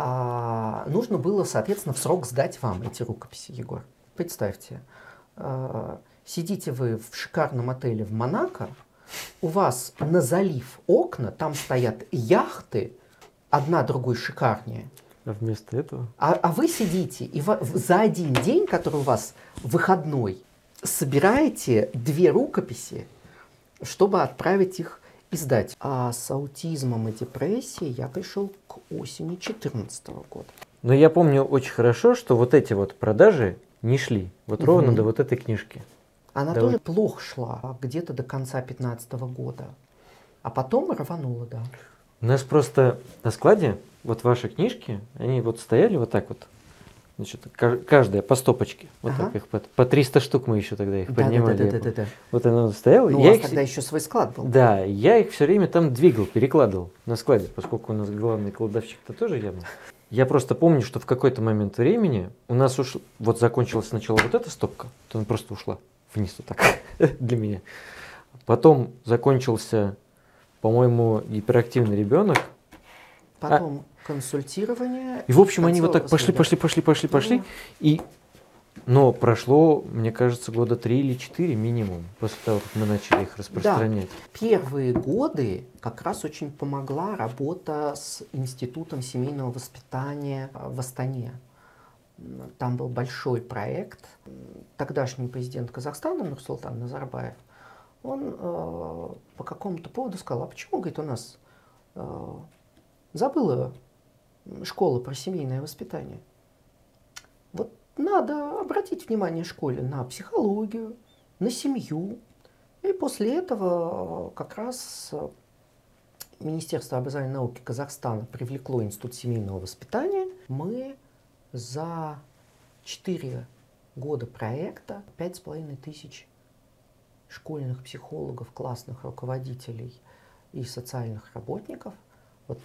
нужно было, соответственно, в срок сдать вам эти рукописи, Егор. Представьте, Сидите вы в шикарном отеле в Монако, у вас на залив окна, там стоят яхты, одна другой шикарнее. А вместо этого? А вы сидите и за один день, который у вас выходной, собираете 2 рукописи, чтобы отправить их издать. А с аутизмом и депрессией я пришел к осени 2014 года. Но я помню очень хорошо, что вот эти вот продажи не шли. Вот ровно до вот этой книжки. Она Да, тоже вот. плохо шла, где-то до конца 2015 года. А потом рванула, да. У нас просто на складе вот ваши книжки, они вот стояли вот так вот. Значит, каждая по стопочке. Вот Ага. так их по 300 штук мы еще тогда их поднимали. Я помню. Да. Вот она вот стояла. Ну, у я вас их, тогда еще свой склад был. да, я их все время там двигал, перекладывал на складе, поскольку у нас главный кладовщик-то тоже я был. Я просто помню, что в какой-то момент времени у нас вот закончилась сначала вот эта стопка, то она просто ушла вниз вот так для меня. Потом закончился, по-моему, гиперактивный ребенок. Потом консультирование. И в общем они вот так конце пошли. Но прошло, мне кажется, года 3 или 4 минимум после того, как мы начали их распространять. Первые годы как раз очень помогла работа с Институтом семейного воспитания в Астане. Там был большой проект. Тогдашний президент Казахстана Нурсултан Назарбаев, он по какому-то поводу сказал, а почему, говорит, у нас забыла школа про семейное воспитание? Вот надо обратить внимание школе на психологию, на семью. И после этого как раз Министерство образования и науки Казахстана привлекло Институт семейного воспитания. Мы за 4 года проекта 5500 школьных психологов, классных руководителей и социальных работников. Вот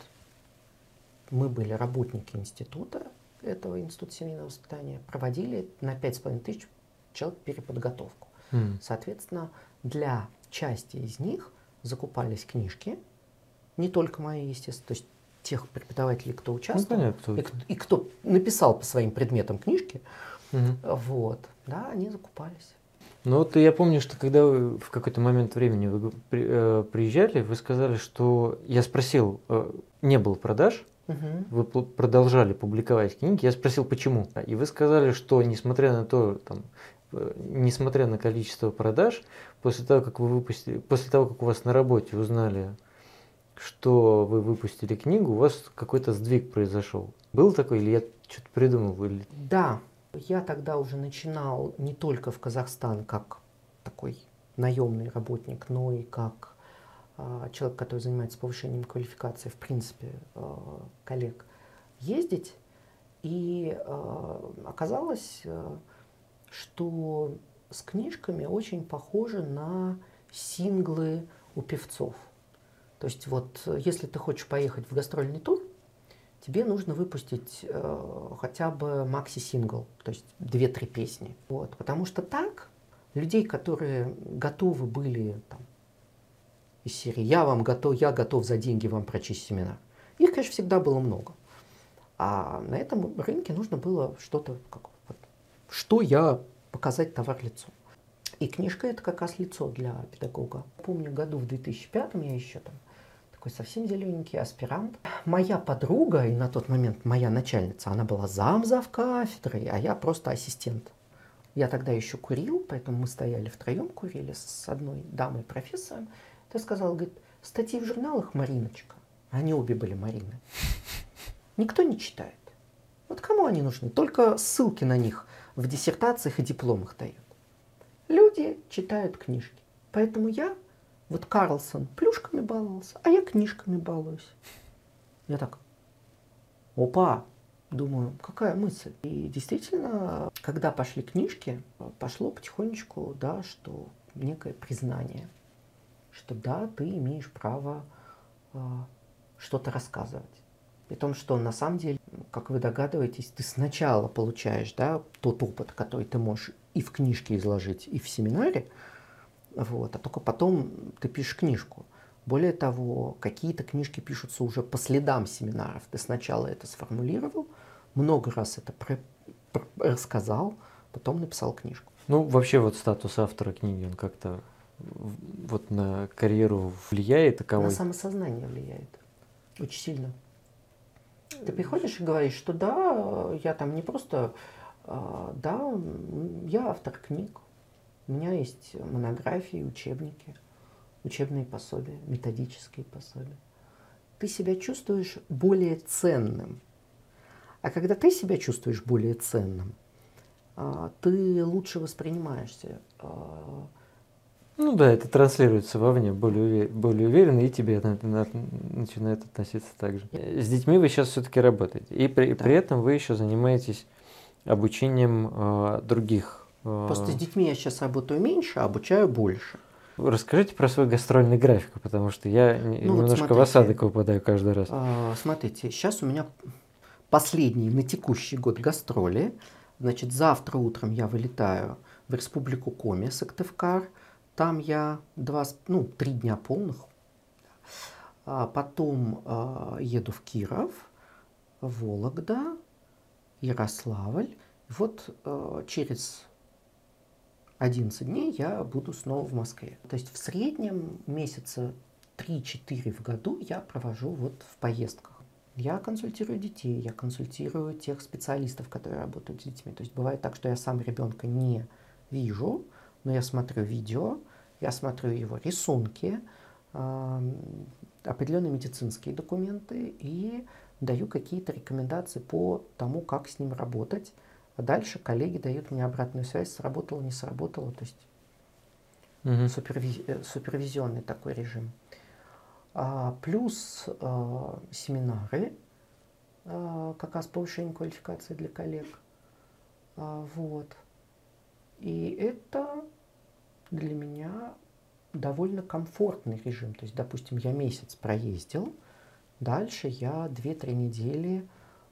мы были работники института, этого Института семейного воспитания, проводили на 5500 человек переподготовку. Соответственно, для части из них закупались книжки, не только мои, естественно, то есть тех преподавателей, кто участвовал, и кто написал по своим предметам книжки, вот, да, они закупались. Ну вот я помню, что когда вы в какой-то момент времени вы приезжали, вы сказали, что я спросил, не было продаж, вы продолжали публиковать книги, я спросил, почему. И вы сказали, что несмотря на то, несмотря на количество продаж, после того, как у вас на работе узнали, что вы выпустили книгу, у вас какой-то сдвиг произошел. Был такой, или я что-то придумал? Да, я тогда уже начинал не только в Казахстан как такой наемный работник, но и как человек, который занимается повышением квалификации, в принципе, коллег, ездить. И оказалось, что с книжками очень похоже на синглы у певцов. То есть вот если ты хочешь поехать в гастрольный тур, тебе нужно выпустить хотя бы макси-сингл, то есть 2-3 песни. Вот. Потому что так людей, которые готовы были там, из серии я готов за деньги вам прочесть семинар, их, конечно, всегда было много. А на этом рынке нужно было что-то, что я показать товар лицом. И книжка это как раз лицо для педагога. Помню, году в 2005 я еще там такой совсем зелененький аспирант. Моя подруга, и на тот момент моя начальница, она была зав кафедрой, а я просто ассистент. Я тогда еще курил, поэтому мы стояли втроем, курили с одной дамой-профессором. Ты сказал, говорит, статьи в журналах Мариночка. Они обе были Марины. Никто не читает. Вот кому они нужны? Только ссылки на них в диссертациях и дипломах дают. Люди читают книжки. Поэтому я, вот Карлсон плюшками баловался, а я книжками балуюсь. Я так, опа, думаю, какая мысль. И действительно, когда пошли книжки, пошло потихонечку, да, что некое признание, что да, ты имеешь право что-то рассказывать. При том, что на самом деле, как вы догадываетесь, ты сначала получаешь, да, тот опыт, который ты можешь и в книжке изложить, и в семинаре, вот, а только потом ты пишешь книжку. Более того, какие-то книжки пишутся уже по следам семинаров. Ты сначала это сформулировал, много раз это рассказал, потом написал книжку. Ну, вообще вот статус автора книги, он как-то вот на карьеру влияет На таковой? самосознание влияет. Очень сильно. Ты приходишь и говоришь, что да, я там не просто, да, я автор книг, у меня есть монографии, учебники, учебные пособия, методические пособия. Ты себя чувствуешь более ценным. А когда ты себя чувствуешь более ценным, ты лучше воспринимаешься. Ну да, это транслируется вовне более уверенно, и тебе начинает относиться так же. С детьми вы сейчас все-таки работаете, и Да. при этом вы еще занимаетесь обучением других. Просто с детьми я сейчас работаю меньше, а обучаю больше. Расскажите про свой гастрольный график, потому что я Ну вот немножко в смотрите, осадок выпадаю каждый раз. смотрите, сейчас у меня последний на текущий год гастроли. Значит, завтра утром я вылетаю в Республику Коми, Сыктывкар. Там я 3 дня полных. Потом еду в Киров, Вологда, Ярославль. Вот через 11 дней я буду снова в Москве. То есть в среднем месяца 3-4 в году я провожу вот в поездках. Я консультирую детей, я консультирую тех специалистов, которые работают с детьми. То есть бывает так, что я сам ребенка не вижу, но я смотрю видео, я смотрю его рисунки, определенные медицинские документы и даю какие-то рекомендации по тому, как с ним работать. А дальше коллеги дают мне обратную связь, сработало, не сработало. То есть супервизионный такой режим. Плюс семинары, как раз повышение квалификации для коллег. Вот. И это для меня довольно комфортный режим. То есть, допустим, я месяц проездил, дальше я 2-3 недели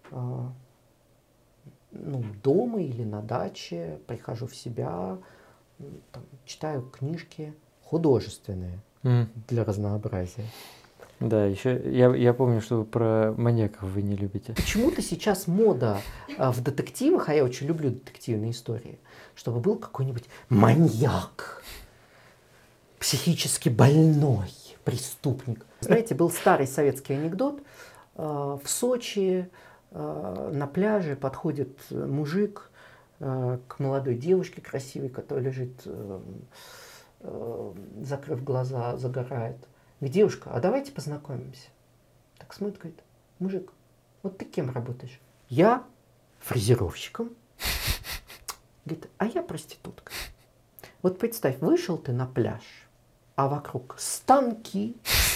дома или на даче, прихожу в себя, там, читаю книжки художественные для разнообразия. Да, еще я помню, что вы про маньяков вы не любите. Почему-то сейчас мода в детективах, а я очень люблю детективные истории, чтобы был какой-нибудь маньяк, психически больной преступник. Знаете, был старый советский анекдот. В Сочи на пляже подходит мужик к молодой девушке красивой, которая лежит, закрыв глаза, загорает. Говорит: девушка, а давайте познакомимся. Так смотрит, говорит: мужик, вот ты кем работаешь? Я фрезеровщиком. Говорит: а я проститутка. Вот представь, вышел ты на пляж, а вокруг станки.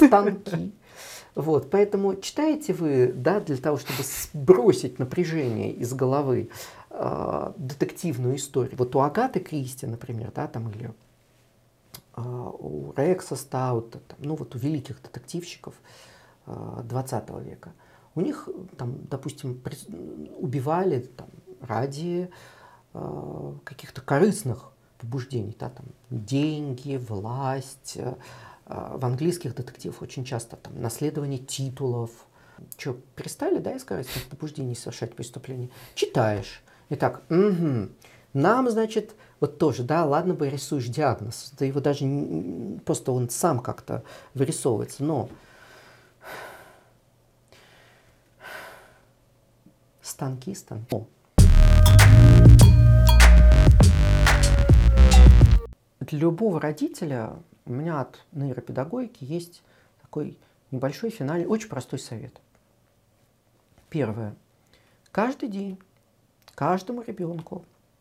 Вот, поэтому читаете вы, да, для того, чтобы сбросить напряжение из головы детективную историю. Вот у Агаты Кристи, например, да, там, или у Рекса Стаута, там, ну вот у великих детективщиков 20 века, у них там, допустим, убивали там, ради каких-то корыстных побуждений, да, там, деньги, власть. В английских детективах очень часто там наследование титулов. Что, перестали, да, из корыстных побуждений совершать преступления? Читаешь. Итак, нам, значит, вот тоже, да, ладно бы рисуешь диагноз, ты его даже просто он сам как-то вырисовывается, но станки. Для любого родителя у меня от нейропедагогики есть такой небольшой финальный, очень простой совет. Первое. Каждый день, каждому ребенку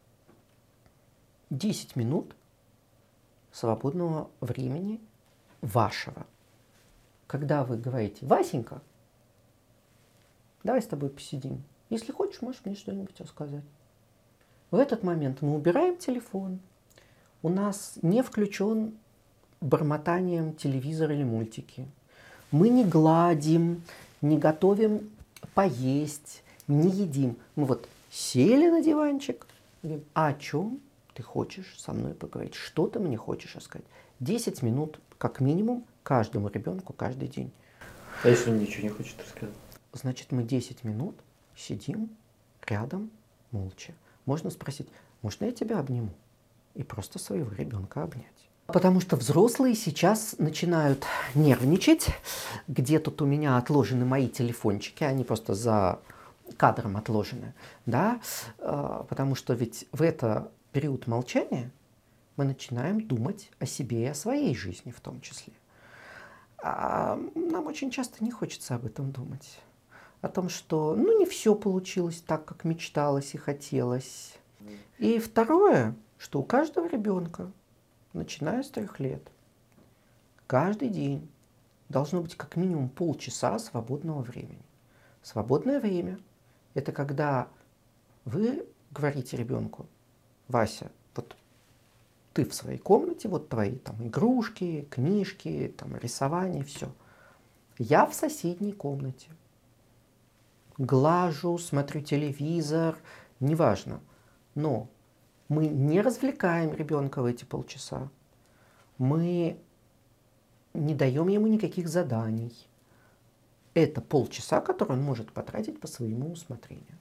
10 минут свободного времени вашего. Когда вы говорите: Васенька, давай с тобой посидим. Если хочешь, можешь мне что-нибудь рассказать. В этот момент мы убираем телефон. У нас не включен бормотанием телевизор или мультики. Мы не гладим, не готовим поесть, не едим. Мы вот сели на диванчик, говорим: а о чем ты хочешь со мной поговорить? Что ты мне хочешь рассказать? 10 минут, как минимум, каждому ребенку каждый день. А если он ничего не хочет рассказать? Значит, мы 10 минут сидим рядом, молча. Можно спросить: можно я тебя обниму? и просто своего ребенка обнять. Потому что взрослые сейчас начинают нервничать. Где тут у меня отложены мои телефончики, они просто за кадром отложены. Да? Потому что ведь в этот период молчания мы начинаем думать о себе и о своей жизни в том числе. А нам очень часто не хочется об этом думать. О том, что не все получилось так, как мечталось и хотелось. И второе, что у каждого ребенка, начиная с 3 лет, каждый день должно быть как минимум полчаса свободного времени. Свободное время – это когда вы говорите ребенку: Вася, вот ты в своей комнате, вот твои там игрушки, книжки, там рисование, все. Я в соседней комнате. Глажу, смотрю телевизор, неважно. Но мы не развлекаем ребенка в эти полчаса. Мы не даем ему никаких заданий. Это полчаса, которые он может потратить по своему усмотрению.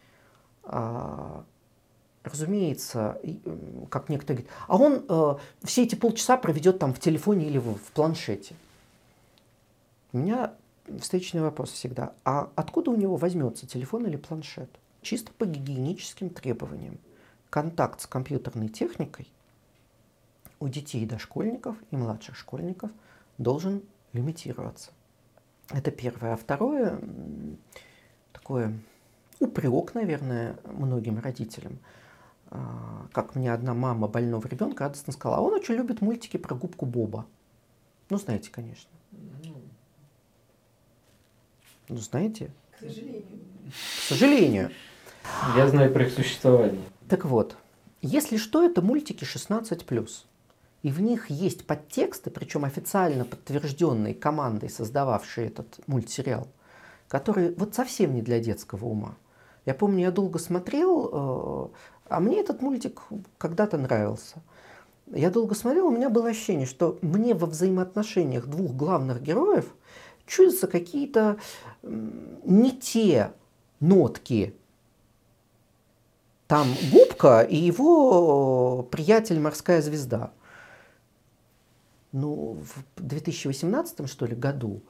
Разумеется, как некоторые говорят, а он все эти полчаса проведет там в телефоне или в планшете. У меня встречный вопрос всегда: а откуда у него возьмется телефон или планшет? Чисто по гигиеническим требованиям. Контакт с компьютерной техникой у детей, дошкольников и младших школьников должен лимитироваться. Это первое. А второе, такое упрек, наверное, многим родителям. Как мне одна мама больного ребенка радостно сказала: а он очень любит мультики про губку Боба. Ну, знаете, конечно. Ну, знаете? К сожалению. К сожалению. Я знаю про их существование. Так вот, если что, это мультики 16+. И в них есть подтексты, причем официально подтвержденные командой, создававшей этот мультсериал, которые вот совсем не для детского ума. Я помню, я долго смотрел, а мне этот мультик когда-то нравился. Я долго смотрел, у меня было ощущение, что мне во взаимоотношениях двух главных героев чудятся какие-то не те нотки. Там Губка и его приятель Морская звезда. Ну, в 2018, что ли, году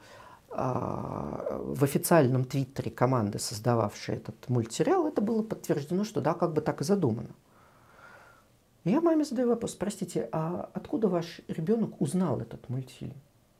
в официальном твиттере команды, создававшей этот мультсериал, это было подтверждено, что да, как бы так и задумано. Я маме задаю вопрос: простите, а откуда ваш ребенок узнал этот мультфильм?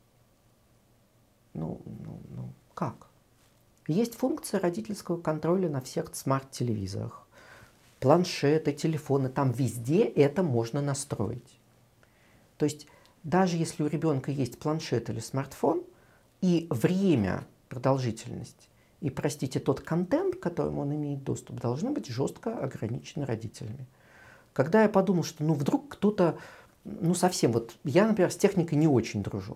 Как? Есть функция родительского контроля на всех смарт-телевизорах. Планшеты, телефоны, там везде это можно настроить. То есть даже если у ребенка есть планшет или смартфон, и время, продолжительность, и, простите, тот контент, к которому он имеет доступ, должны быть жестко ограничены родителями. Когда я подумал, что вдруг кто-то, совсем, вот я, например, с техникой не очень дружу.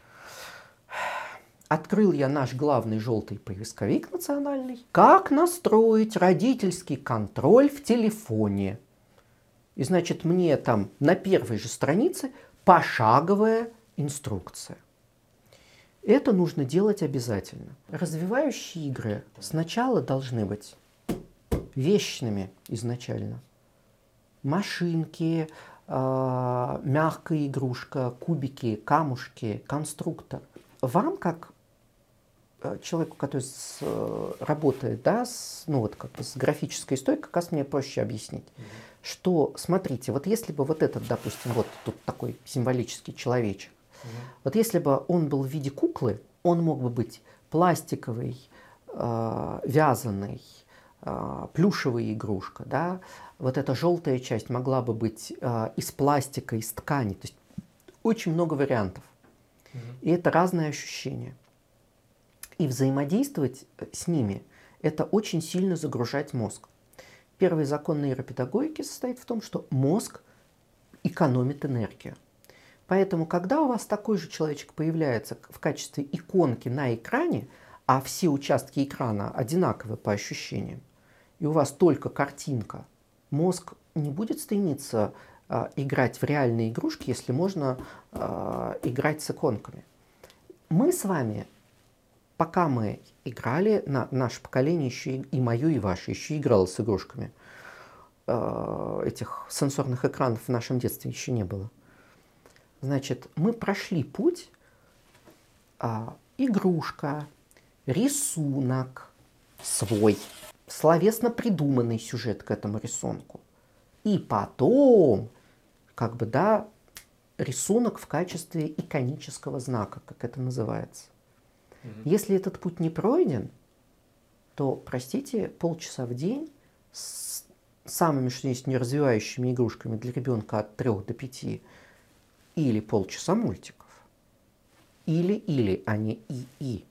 Открыл я наш главный желтый поисковик национальный. Как настроить родительский контроль в телефоне? И, значит, мне там на первой же странице пошаговая инструкция. Это нужно делать обязательно. Развивающие игры сначала должны быть вечными изначально. Машинки, мягкая игрушка, кубики, камушки, конструктор. Вам, как человеку, который работает, да, с графической историей, как раз мне проще объяснить, что, смотрите, вот если бы вот этот, допустим, вот тут такой символический человечек, вот если бы он был в виде куклы, он мог бы быть пластиковый, вязаный, плюшевая игрушка, да, вот эта желтая часть могла бы быть из пластика, из ткани, то есть очень много вариантов. И это разные ощущения. И взаимодействовать с ними – это очень сильно загружать мозг. Первый закон нейропедагогики состоит в том, что мозг экономит энергию. Поэтому, когда у вас такой же человечек появляется в качестве иконки на экране, а все участки экрана одинаковы по ощущениям, и у вас только картинка, мозг не будет стремиться играть в реальные игрушки, если можно играть с иконками. Мы с вами, пока мы играли, наше поколение еще и мое, и ваше, еще играло с игрушками, этих сенсорных экранов в нашем детстве еще не было. Значит, мы прошли путь игрушка, рисунок свой, словесно придуманный сюжет к этому рисунку. И потом, рисунок в качестве иконического знака, как это называется. Если этот путь не пройден, то, простите, полчаса в день с самыми, что есть, неразвивающими игрушками для ребенка от 3 до 5, или полчаса мультиков, или, а не и.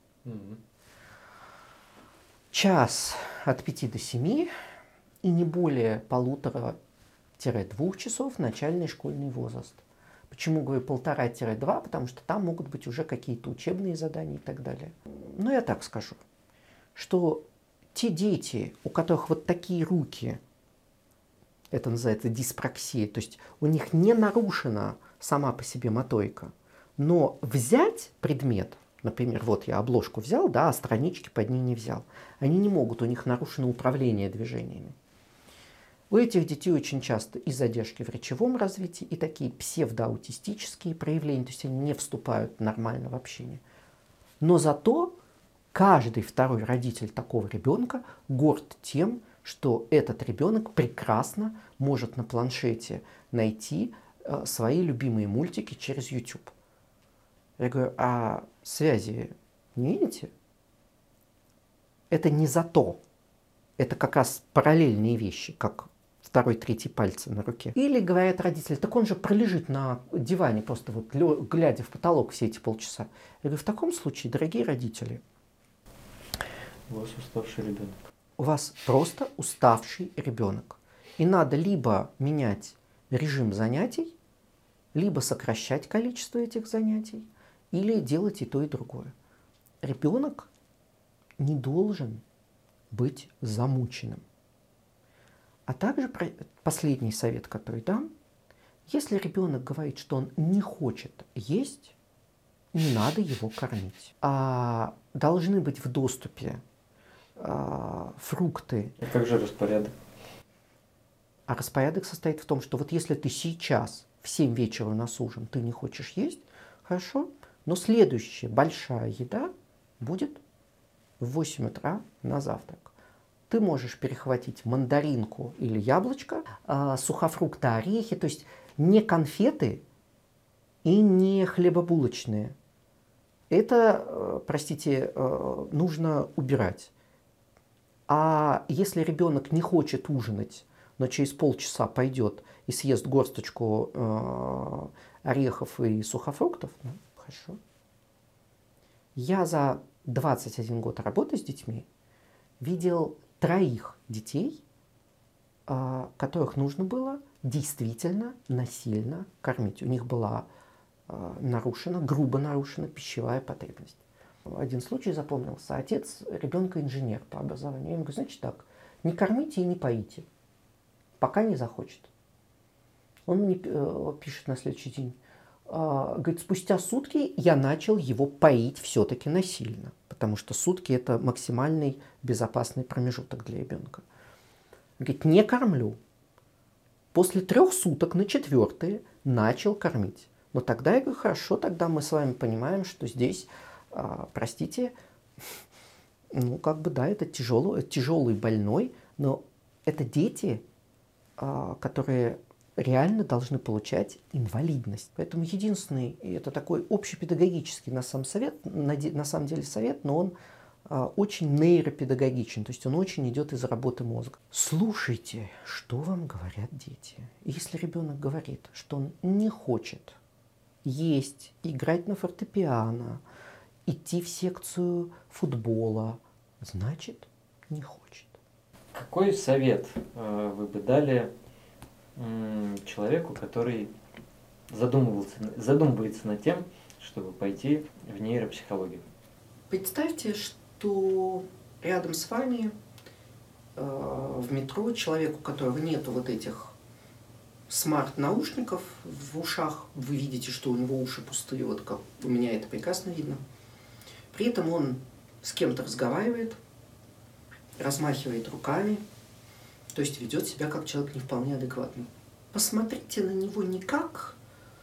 Час от 5 до 7 и не более 1,5-2 часов начальный школьный возраст. Почему говорю 1,5-2? Потому что там могут быть уже какие-то учебные задания и так далее. Но я так скажу, что те дети, у которых вот такие руки, это называется диспраксия, то есть у них не нарушена сама по себе моторика, но взять предмет, например, вот я обложку взял, да, а странички под ней не взял, они не могут, у них нарушено управление движениями. У этих детей очень часто и задержки в речевом развитии, и такие псевдоаутистические проявления, то есть они не вступают нормально в общение. Но зато каждый второй родитель такого ребенка горд тем, что этот ребенок прекрасно может на планшете найти свои любимые мультики через YouTube. Я говорю, а связи не видите? Это не зато. Это как раз параллельные вещи, как второй, третий пальцы на руке. Или говорят родители, так он же пролежит на диване, просто вот глядя в потолок все эти полчаса. Я говорю, в таком случае, дорогие родители, у вас уставший ребенок. У вас просто уставший ребенок. И надо либо менять режим занятий, либо сокращать количество этих занятий, или делать и то, и другое. Ребенок не должен быть замученным. А также последний совет, который дам, если ребенок говорит, что он не хочет есть, не надо его кормить. А должны быть в доступе фрукты. А как же распорядок? А распорядок состоит в том, что вот если ты сейчас в 7 вечера у нас ужин, ты не хочешь есть, хорошо, но следующая большая еда будет в 8 утра на завтрак. Ты можешь перехватить мандаринку или яблочко, сухофрукты, орехи, то есть не конфеты и не хлебобулочные. Это, простите, нужно убирать. А если ребенок не хочет ужинать, но через полчаса пойдет и съест горсточку орехов и сухофруктов, ну, хорошо. Я за 21 год работы с детьми видел 3 детей, которых нужно было действительно насильно кормить. У них была грубо нарушена пищевая потребность. Один случай запомнился. Отец ребенка инженер по образованию. Я ему говорю, значит так, не кормите и не поите, пока не захочет. Он мне пишет на следующий день. Говорит, спустя сутки я начал его поить все-таки насильно, потому что сутки это максимальный безопасный промежуток для ребенка. Говорит, не кормлю. После 3 суток на 4-е начал кормить. Но тогда я говорю, хорошо, тогда мы с вами понимаем, что здесь, простите, ну да, это тяжелый больной, но это дети, которые реально должны получать инвалидность. Поэтому единственный, и это такой общепедагогический на самом деле совет, но он очень нейропедагогичен, то есть он очень идет из работы мозга. Слушайте, что вам говорят дети. Если ребенок говорит, что он не хочет есть, играть на фортепиано, идти в секцию футбола, значит, не хочет. Какой совет вы бы дали человеку, который задумывается над тем, чтобы пойти в нейропсихологию? Представьте, что рядом с вами в метро человек, у которого нету вот этих смарт-наушников в ушах, вы видите, что у него уши пустые, вот как у меня это прекрасно видно. При этом он с кем-то разговаривает, размахивает руками, То есть ведет себя как человек не вполне адекватный. Посмотрите на него не как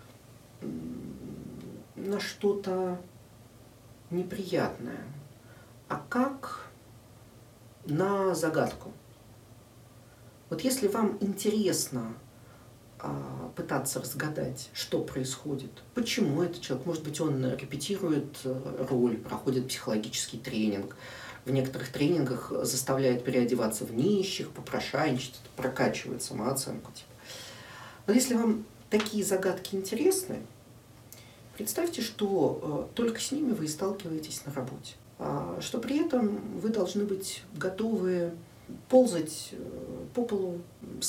на что-то неприятное, а как на загадку. Вот если вам интересно пытаться разгадать, что происходит, почему этот человек, может быть, он репетирует роль, проходит психологический тренинг, в некоторых тренингах заставляет переодеваться в нищих, попрошайничать, прокачивает самооценку. Но если вам такие загадки интересны, представьте, что только с ними вы и сталкиваетесь на работе, что при этом вы должны быть готовы ползать по полу,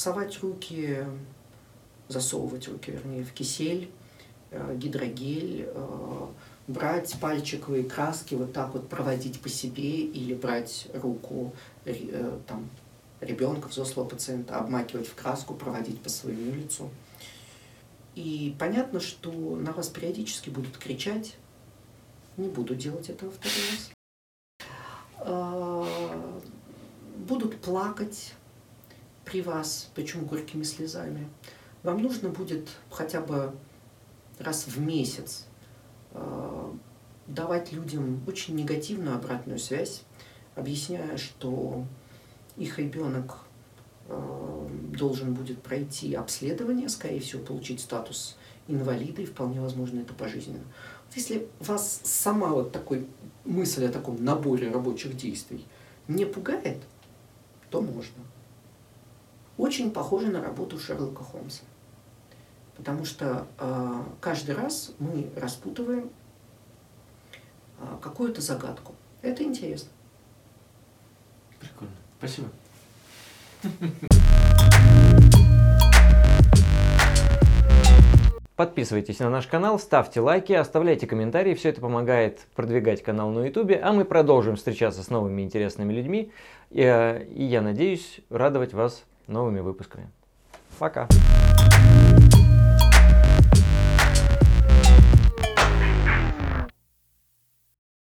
засовывать руки, вернее, в кисель, гидрогель, брать пальчиковые краски, вот так вот проводить по себе, или брать руку там, ребенка, взрослого пациента, обмакивать в краску, проводить по своему лицу. И понятно, что на вас периодически будут кричать. Не буду делать этого второй раз. Будут плакать при вас, причем горькими слезами. Вам нужно будет хотя бы раз в месяц давать людям очень негативную обратную связь, объясняя, что их ребенок должен будет пройти обследование, скорее всего, получить статус инвалида, и вполне возможно это пожизненно. Вот если вас сама вот такой мысль о таком наборе рабочих действий не пугает, то можно. Очень похоже на работу Шерлока Холмса. Потому что каждый раз мы распутываем какую-то загадку. Это интересно. Прикольно. Спасибо. Подписывайтесь на наш канал, ставьте лайки, оставляйте комментарии. Все это помогает продвигать канал на YouTube. А мы продолжим встречаться с новыми интересными людьми. И я надеюсь радовать вас новыми выпусками. Пока.